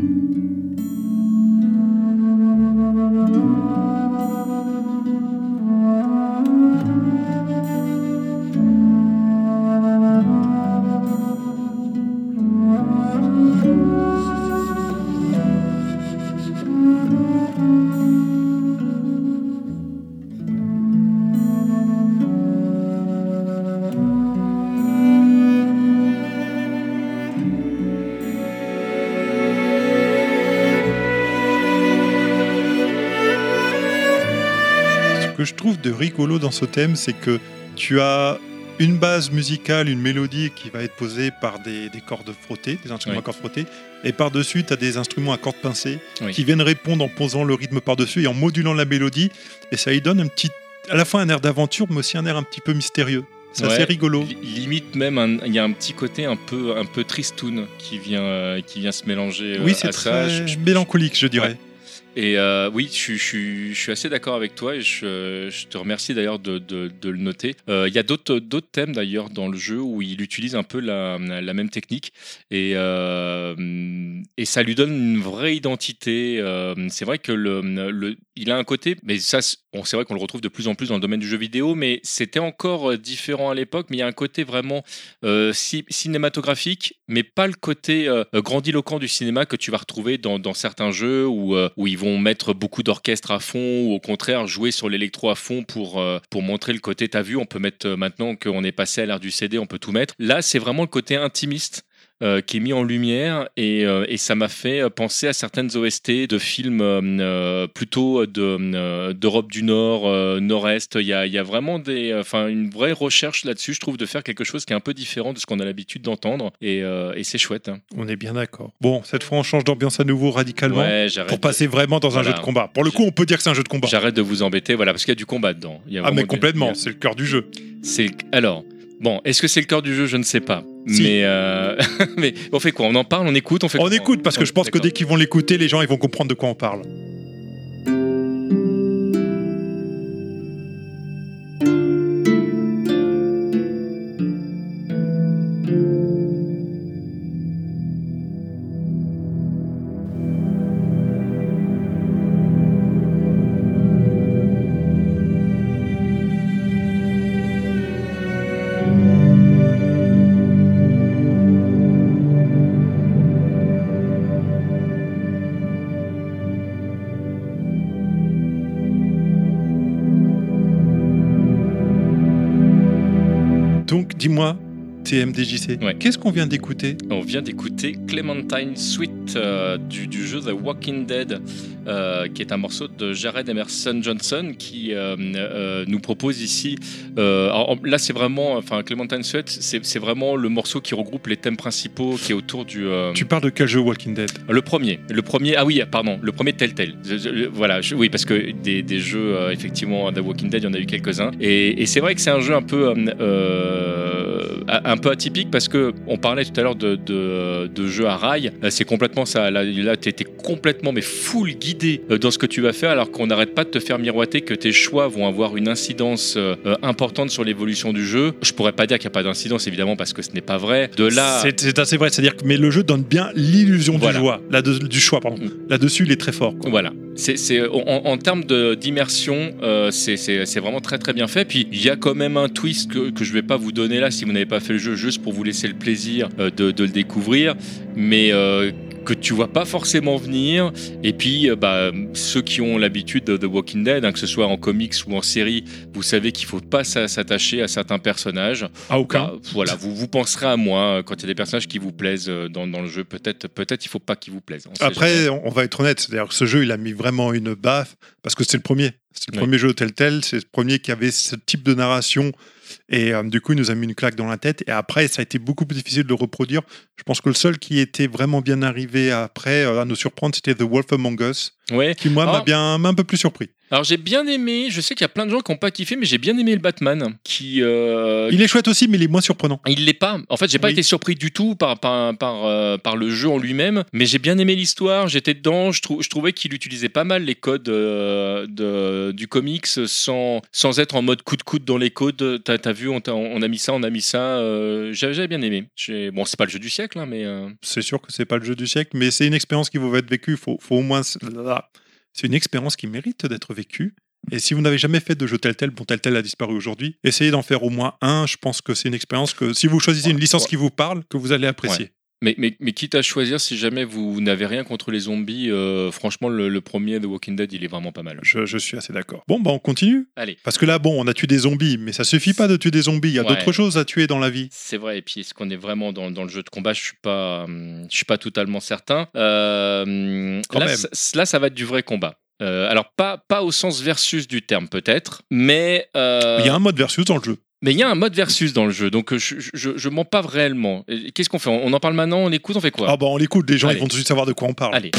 Ce que je trouve de rigolo dans ce thème, c'est que tu as une base musicale, une mélodie qui va être posée par des cordes frottées, des instruments à cordes frottées, et par-dessus, tu as des instruments à cordes pincées qui viennent répondre en posant le rythme par-dessus et en modulant la mélodie, et ça lui donne à la fois un air d'aventure, mais aussi un air un petit peu mystérieux. C'est assez rigolo. Limite même, il y a un petit côté un peu tristoun qui vient se mélanger oui, c'est à très ça. mélancolique, je dirais. Ouais. Et oui, je suis assez d'accord avec toi, et je te remercie d'ailleurs de le noter. Il y a d'autres thèmes d'ailleurs dans le jeu où il utilise un peu la même technique, et ça lui donne une vraie identité. C'est vrai que il a un côté, mais ça, c'est vrai qu'on le retrouve de plus en plus dans le domaine du jeu vidéo, mais c'était encore différent à l'époque. Mais il y a un côté vraiment cinématographique, mais pas le côté grandiloquent du cinéma que tu vas retrouver dans certains jeux où ils vont mettre beaucoup d'orchestre à fond, ou au contraire jouer sur l'électro à fond pour montrer le côté. T'as vu, on peut mettre, maintenant qu'on est passé à l'ère du CD, on peut tout mettre. Là, c'est vraiment le côté intimiste qui est mis en lumière, et ça m'a fait penser à certaines OST de films plutôt d'Europe du Nord, Nord-Est. Il y a vraiment une vraie recherche là-dessus, je trouve, de faire quelque chose qui est un peu différent de ce qu'on a l'habitude d'entendre, et c'est chouette. Hein. On est bien d'accord. Bon, cette fois, on change d'ambiance à nouveau radicalement pour passer vraiment dans un jeu de combat. Pour le coup, on peut dire que c'est un jeu de combat. J'arrête de vous embêter, parce qu'il y a du combat dedans. Mais complètement, c'est le cœur du jeu. Alors... Bon, est-ce que c'est le cœur du jeu ? Je ne sais pas. Si. Mais on fait quoi ? On en parle, on écoute, On écoute, parce que je pense que dès qu'ils vont l'écouter, les gens ils vont comprendre de quoi on parle. Donc, dis-moi, TMDJC, qu'est-ce qu'on vient d'écouter ? On vient d'écouter Clementine Suite du jeu The Walking Dead, qui est un morceau de Jared Emerson Johnson qui nous propose ici. Alors, là, c'est vraiment, Clementine Suite, c'est vraiment le morceau qui regroupe les thèmes principaux qui est autour du. Tu parles de quel jeu Walking Dead ? Le premier. Ah oui, pardon, le premier Telltale. Voilà, oui, parce que des jeux, effectivement, The Walking Dead, il y en a eu quelques-uns. Et c'est vrai que c'est un jeu un peu atypique, parce que on parlait tout à l'heure de jeux à rail. C'est complètement ça. Là t'es complètement full guidé dans ce que tu vas faire, alors qu'on n'arrête pas de te faire miroiter que tes choix vont avoir une incidence importante sur l'évolution du jeu. Je pourrais pas dire qu'il n'y a pas d'incidence, évidemment, parce que ce n'est pas vrai. De là, c'est assez vrai. C'est-à-dire que le jeu donne bien l'illusion du choix. Du choix, pardon. Là-dessus, il est très fort. Quoi. Voilà. En termes d'immersion, c'est vraiment très très bien fait. Puis il y a quand même un twist que je vais pas vous donner là si vous n'avez pas fait le jeu, juste pour vous laisser le plaisir de le découvrir, mais que tu vois pas forcément venir. Et puis ceux qui ont l'habitude de The Walking Dead, que ce soit en comics ou en série, vous savez qu'il faut pas s'attacher à certains personnages. À aucun. Voilà, vous penserez à moi quand il y a des personnages qui vous plaisent dans le jeu. Peut-être il faut pas qu'ils vous plaisent. Après, on va être honnête, c'est-à-dire que ce jeu, il a mis vraiment une baffe, parce que c'est le premier. C'est le premier jeu Telltale, c'est le premier qui avait ce type de narration Et du coup, il nous a mis une claque dans la tête. Et après, ça a été beaucoup plus difficile de le reproduire. Je pense que le seul qui était vraiment bien arrivé après à nous surprendre, c'était The Wolf Among Us, Ouais. qui moi m'a un peu plus surpris. Alors j'ai bien aimé, je sais qu'il y a plein de gens qui n'ont pas kiffé, mais j'ai bien aimé le Batman. Qui, Il est chouette aussi, mais il est moins surprenant. il l'est pas. En fait, j'ai pas Oui. été surpris du tout par le jeu en lui-même, mais j'ai bien aimé l'histoire. J'étais dedans. Je trouvais qu'il utilisait pas mal les codes du comics sans être en mode coup de coude dans les codes. T'as vu, on a mis ça. J'avais bien aimé. Bon, c'est pas le jeu du siècle, hein, mais C'est sûr que c'est pas le jeu du siècle, mais c'est une expérience qui vous être vécue. Faut au moins. C'est une expérience qui mérite d'être vécue. Et si vous n'avez jamais fait de jeu tel a disparu aujourd'hui, essayez d'en faire au moins un. Je pense que c'est une expérience que si vous choisissez une licence qui vous parle, que vous allez apprécier. Mais quitte à choisir, si jamais vous n'avez rien contre les zombies, franchement, le premier The Walking Dead, il est vraiment pas mal. Je suis assez d'accord. Bon, on continue. Allez. Parce que là, on a tué des zombies, mais ça suffit pas de tuer des zombies. Il y a d'autres choses à tuer dans la vie. C'est vrai, et puis est-ce qu'on est vraiment dans le jeu de combat? Je suis pas totalement certain. Là, ça va être du vrai combat. Alors pas au sens versus du terme peut-être, mais Il y a un mode versus dans le jeu. Mais il y a un mode versus dans le jeu, donc je mens pas réellement. Et qu'est-ce qu'on fait? On en parle maintenant, on écoute, on fait quoi? On l'écoute, les gens Allez. ils vont tout de suite savoir de quoi on parle. Allez.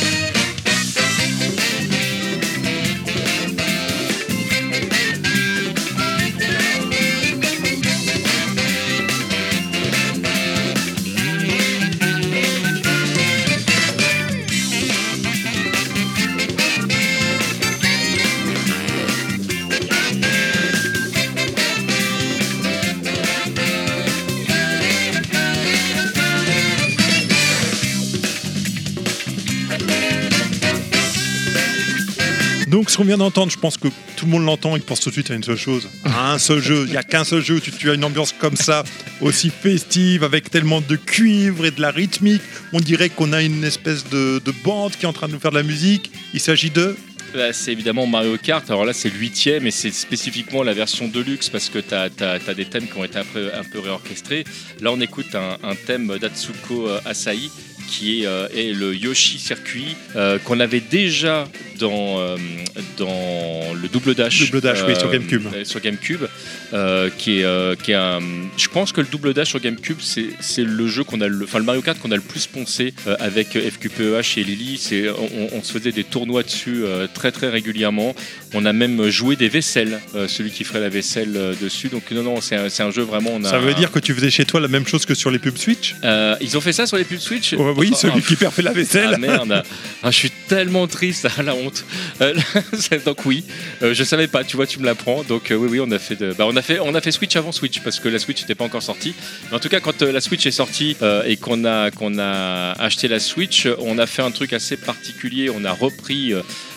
Donc, ce qu'on vient d'entendre, je pense que tout le monde l'entend et pense tout de suite à une seule chose. À un seul jeu. Il n'y a qu'un seul jeu où tu as une ambiance comme ça, aussi festive, avec tellement de cuivre et de la rythmique. On dirait qu'on a une espèce de bande qui est en train de nous faire de la musique. Il s'agit de... C'est évidemment Mario Kart. Alors là, c'est le 8e et c'est spécifiquement la version Deluxe parce que t'as des thèmes qui ont été un peu réorchestrés. Là, on écoute un thème d'Atsuko Asahi qui est le Yoshi Circuit qu'on avait déjà dans le Double Dash. Double Dash, oui, sur GameCube. Sur GameCube, qui est un... Je pense que le Double Dash sur GameCube, c'est le jeu le Mario Kart qu'on a le plus poncé avec FQPEH et Lily. On se faisait des tournois dessus très très régulièrement. On a même joué des vaisselles, celui qui ferait la vaisselle dessus. Donc non, c'est un jeu vraiment... Ça veut dire que tu faisais chez toi la même chose que sur les pubs Switch? Ils ont fait ça sur les pubs Switch? Oui, celui qui perd fait la vaisselle. Ah merde, je suis tellement triste, la honte. Donc oui, je savais pas, tu vois, tu me l'apprends. Donc oui, on a fait Switch avant Switch parce que la Switch n'était pas encore sortie. Mais en tout cas, quand la Switch est sortie et qu'on a acheté la Switch, on a fait un truc assez particulier. On a repris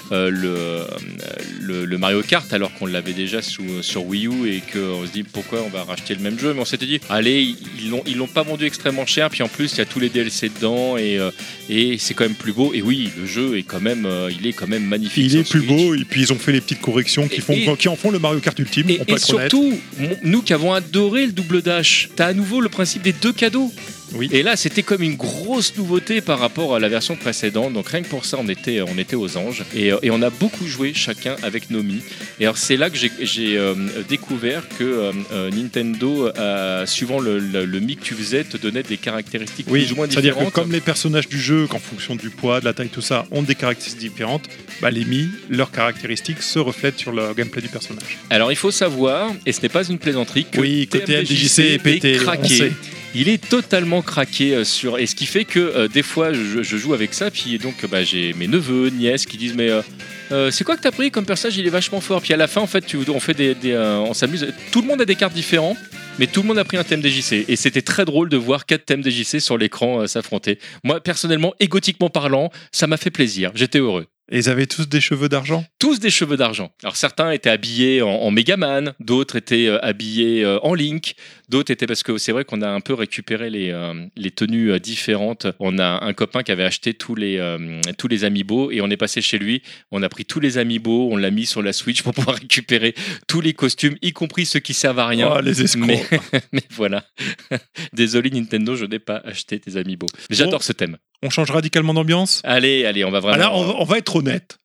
le Mario Kart alors qu'on l'avait déjà sur Wii U et qu'on se dit pourquoi on va racheter le même jeu, mais on s'était dit allez, ils l'ont pas vendu extrêmement cher, puis en plus il y a tous les DLC dedans et c'est quand même plus beau. Et oui, le jeu est quand même il est quand même magnifique. Il est plus beau et puis ils ont fait les petites corrections qui en font le Mario Kart ultime. Et surtout, nous qui avons adoré le Double Dash, t'as à nouveau le principe des 2 cadeaux. Oui. Et là, c'était comme une grosse nouveauté par rapport à la version précédente. Donc rien que pour ça, on était aux anges. Et on a beaucoup joué chacun avec nos Mi. Et alors c'est là que j'ai découvert que Nintendo, suivant le Mi que tu faisais, te donnait des caractéristiques plus ou moins différentes. C'est-à-dire que comme les personnages du jeu, qu'en fonction du poids, de la taille, tout ça, ont des caractéristiques différentes, les Mi, leurs caractéristiques se reflètent sur le gameplay du personnage. Alors il faut savoir, et ce n'est pas une plaisanterie, que côté MDJC est pété, craqué. Il est totalement craqué sur... Et ce qui fait que des fois, je joue avec ça, puis donc j'ai mes neveux, nièces qui disent « Mais c'est quoi que t'as pris comme personnage? Il est vachement fort. » Puis à la fin, en fait, on fait on s'amuse. Tout le monde a des cartes différentes, mais tout le monde a pris un thème DJC. Et c'était très drôle de voir 4 thèmes DJC sur l'écran s'affronter. Moi, personnellement, égotiquement parlant, ça m'a fait plaisir. J'étais heureux. Et ils avaient tous des cheveux d'argent? Tous des cheveux d'argent. Alors certains étaient habillés en Megaman, d'autres étaient habillés en Link, d'autres étaient... Parce que c'est vrai qu'on a un peu récupéré les tenues différentes. On a un copain qui avait acheté tous les amiibo et on est passé chez lui. On a pris tous les amiibo, on l'a mis sur la Switch pour pouvoir récupérer tous les costumes, y compris ceux qui servent à rien. Oh, les escrocs. Mais voilà. Désolé Nintendo, je n'ai pas acheté tes amiibo. J'adore ce thème. On change radicalement d'ambiance? Allez, on va vraiment... Alors, on va être honnête.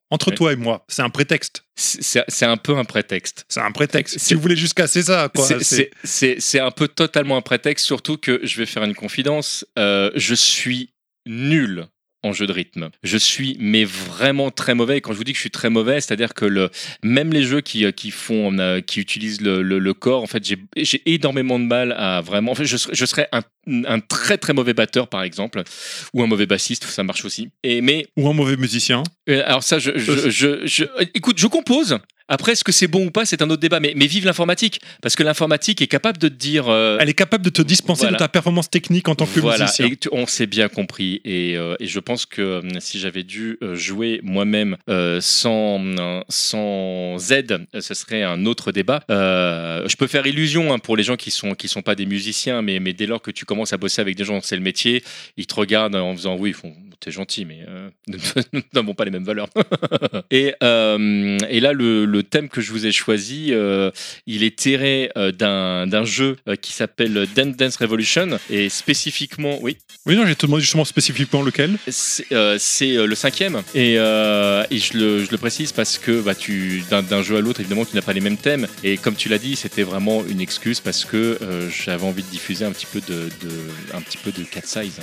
Entre toi et moi, c'est un prétexte. C'est un peu un prétexte. C'est un prétexte. Si vous voulez juste casser ça, quoi. C'est un peu totalement un prétexte, surtout que je vais faire une confidence. Je suis nul en jeu de rythme. Je suis mais vraiment très mauvais. Et quand je vous dis que je suis très mauvais, c'est-à-dire que même les jeux qui utilisent le corps, en fait, j'ai énormément de mal à vraiment. En fait, je serais un très très mauvais batteur, par exemple, ou un mauvais bassiste, ça marche aussi. Ou un mauvais musicien. Alors ça, écoute, je compose. Après, est-ce que c'est bon ou pas, c'est un autre débat. Mais vive l'informatique, parce que l'informatique est capable de te dire... Elle est capable de te dispenser de ta performance technique en tant que musicien. Et on s'est bien compris. Et je pense que si j'avais dû jouer moi-même sans aide, ce serait un autre débat. Je peux faire illusion pour les gens qui sont pas des musiciens, mais dès lors que tu commences à bosser avec des gens dont c'est le métier, ils te regardent en faisant oui, ils font t'es gentil, mais nous n'avons pas les mêmes valeurs. Et là, le thème que je vous ai choisi, il est tiré d'un jeu qui s'appelle Dance Dance Revolution, et spécifiquement, oui. Oui, non, j'ai te demandé justement spécifiquement lequel. C'est le 5e, et je le précise parce que d'un jeu à l'autre, évidemment, tu n'as pas les mêmes thèmes, et comme tu l'as dit, c'était vraiment une excuse parce que j'avais envie de diffuser un petit peu de Cat Size.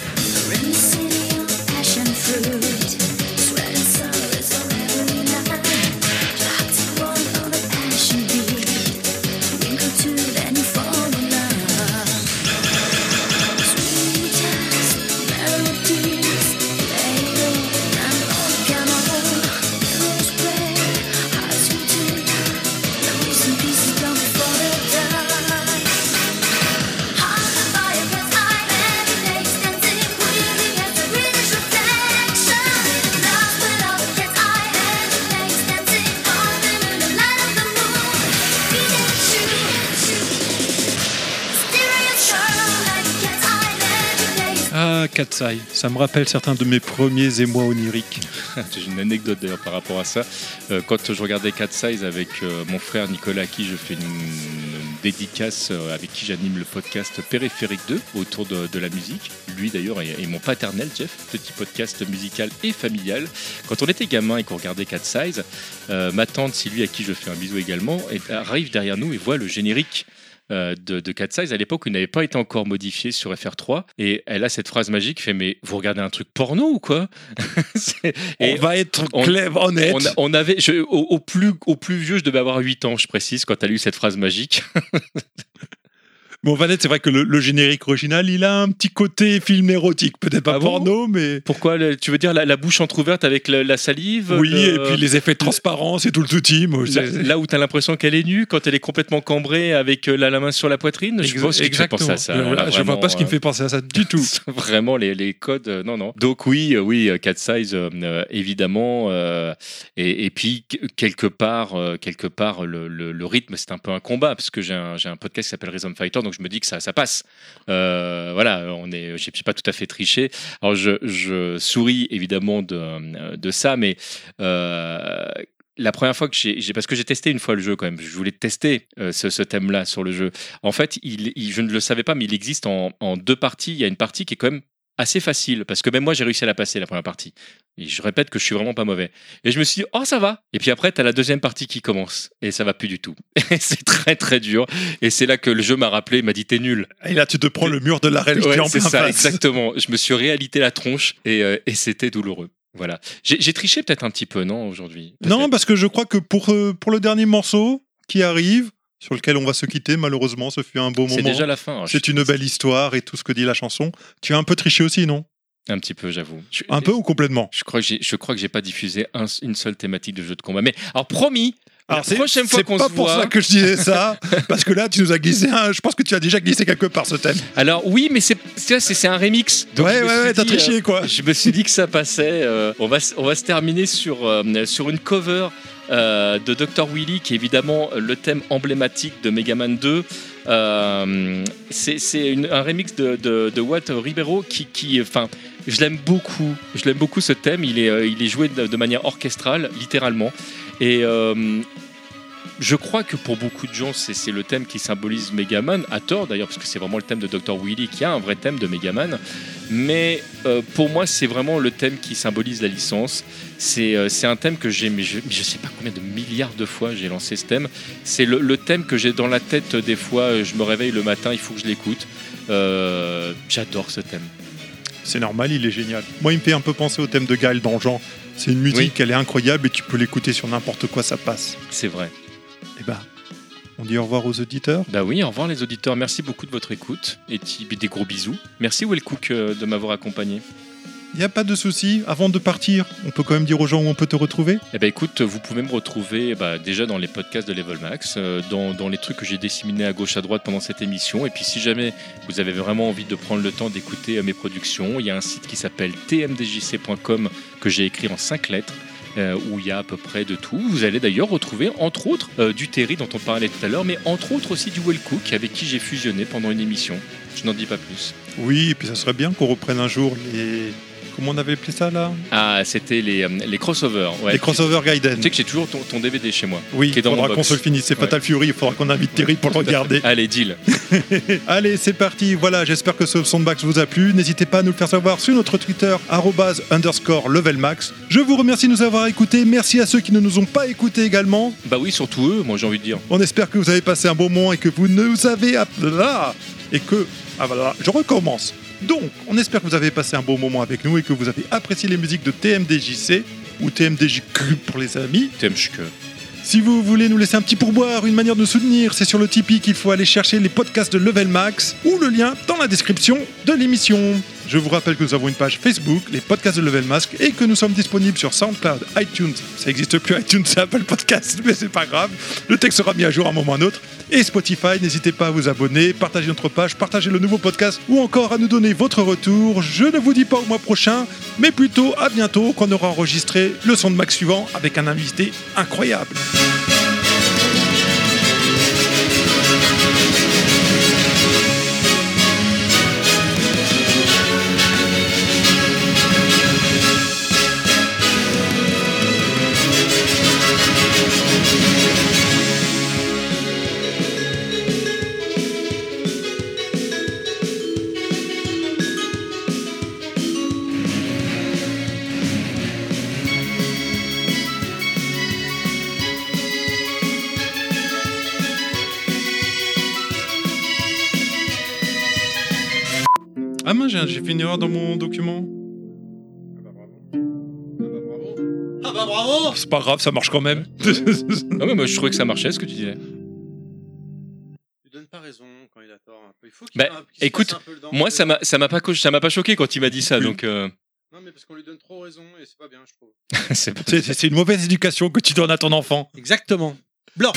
Cat's Eye, ça me rappelle certains de mes premiers émois oniriques. J'ai une anecdote d'ailleurs par rapport à ça. Quand je regardais Cat's Eye avec mon frère Nicolas, à qui je fais une dédicace, avec qui j'anime le podcast Périphérique 2 autour de la musique. Lui d'ailleurs est mon paternel, Jeff, petit podcast musical et familial. Quand on était gamin et qu'on regardait Cat's Eye, ma tante Sylvie, à qui je fais un bisou également, arrive derrière nous et voit le générique de Cat's Eye à l'époque où il n'avait pas été encore modifié sur FR3, et elle a cette phrase magique, fait mais vous regardez un truc porno ou quoi? On va être honnête. On avait au plus vieux, je devais avoir 8 ans, je précise, quand elle a lu cette phrase magique. Bon, Vanette, c'est vrai que le générique original, il a un petit côté film érotique, peut-être pas porno, mais... Pourquoi? Tu veux dire la bouche entrouverte avec la salive? Oui, et puis les effets de transparence et tout le touti. Là où tu as l'impression qu'elle est nue, quand elle est complètement cambrée avec la main sur la poitrine, je pense que tu fais penser à ça. Je vois pas ce qui me fait penser à ça du tout. Vraiment, les codes, non. Donc oui, Cat's Eye, évidemment. Et puis, quelque part, le rythme, c'est un peu un combat, parce que j'ai un podcast qui s'appelle Rhythm Fighter, donc je me dis que ça passe. Voilà, j'ai pas tout à fait triché. Alors je souris évidemment de ça, mais la première fois que parce que j'ai testé une fois le jeu quand même, je voulais tester ce thème-là sur le jeu. En fait, je ne le savais pas, mais il existe en 2 parties. Il y a une partie qui est quand même assez facile, parce que même moi j'ai réussi à la passer la première partie, et je répète que je suis vraiment pas mauvais, et je me suis dit oh ça va, et puis après t'as la deuxième partie qui commence et ça va plus du tout, et c'est très très dur, et c'est là que le jeu m'a rappelé, m'a dit t'es nul, et là tu te prends le mur de la réalité en plein face. C'est ça, exactement, je me suis réalité la tronche, et c'était douloureux. Voilà, j'ai triché peut-être un petit peu, non, aujourd'hui? Non, parce que je crois que pour le dernier morceau qui arrive, sur lequel on va se quitter, malheureusement, ce fut un beau moment. C'est déjà la fin. C'est une belle histoire et tout ce que dit la chanson. Tu as un peu triché aussi, non? Un petit peu, j'avoue. Un peu ou complètement? Je crois que j'ai pas diffusé une seule thématique de jeu de combat. Mais alors promis. Alors la prochaine fois qu'on se voit, c'est pas pour ça que je disais ça, parce que là tu nous as glissé je pense que tu as déjà glissé quelque part ce thème. Alors oui, mais c'est un remix. Donc ouais, t'as triché quoi. Je me suis dit que ça passait. On va se terminer sur une cover de Dr. Willy, qui est évidemment le thème emblématique de Mega Man 2. C'est un remix de Walt Ribeiro qui enfin, je l'aime beaucoup ce thème. Il est joué de manière orchestrale, littéralement, et je crois que pour beaucoup de gens, c'est le thème qui symbolise Megaman, à tort d'ailleurs, parce que c'est vraiment le thème de Dr. Willy qui a un vrai thème de Megaman. Mais pour moi, c'est vraiment le thème qui symbolise la licence. C'est un thème que j'ai, mais je sais pas combien de milliards de fois j'ai lancé ce thème. C'est le thème que j'ai dans la tête des fois. Je me réveille le matin, il faut que je l'écoute. J'adore ce thème. C'est normal, il est génial. Moi, il me fait un peu penser au thème de Gaël dans le genre. C'est une musique, elle est incroyable et tu peux l'écouter sur n'importe quoi, ça passe. C'est vrai. Et bah, on dit au revoir aux auditeurs. Bah oui, au revoir les auditeurs. Merci beaucoup de votre écoute et des gros bisous. Merci Will Cook de m'avoir accompagné. Il n'y a pas de souci. Avant de partir, on peut quand même dire aux gens où on peut te retrouver. Eh ben écoute, vous pouvez me retrouver déjà dans les podcasts de Level Max, dans les trucs que j'ai disséminés à gauche à droite pendant cette émission. Et puis si jamais vous avez vraiment envie de prendre le temps d'écouter mes productions, il y a un site qui s'appelle tmdjc.com que j'ai écrit en 5 lettres. Où il y a à peu près de tout. Vous allez d'ailleurs retrouver, entre autres, du Terry dont on parlait tout à l'heure, mais entre autres aussi du Will Cook avec qui j'ai fusionné pendant une émission. Je n'en dis pas plus. Oui, et puis ça serait bien qu'on reprenne un jour les... Comment on avait appelé ça là ? Ah, c'était les crossovers. Ouais. Les crossover Gaiden. Tu sais que j'ai toujours ton DVD chez moi. Oui, qui est il dans faudra mon qu'on box. se le finisse. C'est Fatal Fury, il faudra qu'on invite Terry pour le regarder. Allez, deal. Allez, c'est parti. Voilà, j'espère que ce Soundmax vous a plu. N'hésitez pas à nous le faire savoir sur notre Twitter, @_levelmax. Je vous remercie de nous avoir écoutés. Merci à ceux qui ne nous ont pas écoutés également. Bah oui, surtout eux, moi j'ai envie de dire. On espère que vous avez passé un bon moment et que vous nous avez... Et que... Ah voilà, je recommence. Donc, on espère que vous avez passé un bon moment avec nous et que vous avez apprécié les musiques de TMDJC ou TMDJQ pour les amis. TMJQ. Si vous voulez nous laisser un petit pourboire, une manière de nous soutenir, c'est sur le Tipeee qu'il faut aller chercher les podcasts de Level Max ou le lien dans la description de l'émission. Je vous rappelle que nous avons une page Facebook, les podcasts de Level Max, et que nous sommes disponibles sur SoundCloud, iTunes. Ça n'existe plus, iTunes, c'est Apple Podcast, mais c'est pas grave. Le texte sera mis à jour à un moment ou à un autre. Et Spotify, n'hésitez pas à vous abonner, partager notre page, partager le nouveau podcast ou encore à nous donner votre retour. Je ne vous dis pas au mois prochain, mais plutôt à bientôt quand on aura enregistré le son de Max suivant avec un invité incroyable. Ah mince, j'ai fait une erreur dans mon document. Ah bah bravo. C'est pas grave, ça marche quand même. Non mais moi je trouvais que ça marchait ce que tu disais. Il donne pas raison quand il a tort un peu. Il faut qu'il Bah, qu'il se écoute, passe un peu le dent. Moi ça m'a pas choqué quand il m'a dit ça, donc Non mais parce qu'on lui donne trop raison et c'est pas bien, je trouve. c'est pas- C'est une mauvaise éducation que tu donnes à ton enfant. Exactement. Blanc.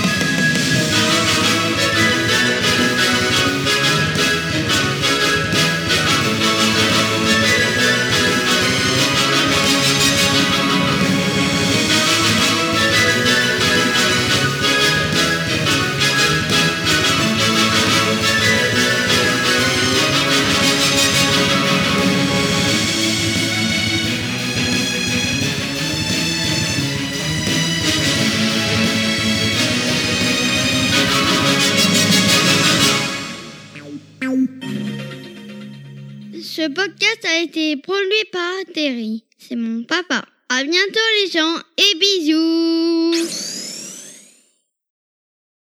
Ce podcast a été produit par Terry. C'est mon papa. À bientôt les gens et bisous.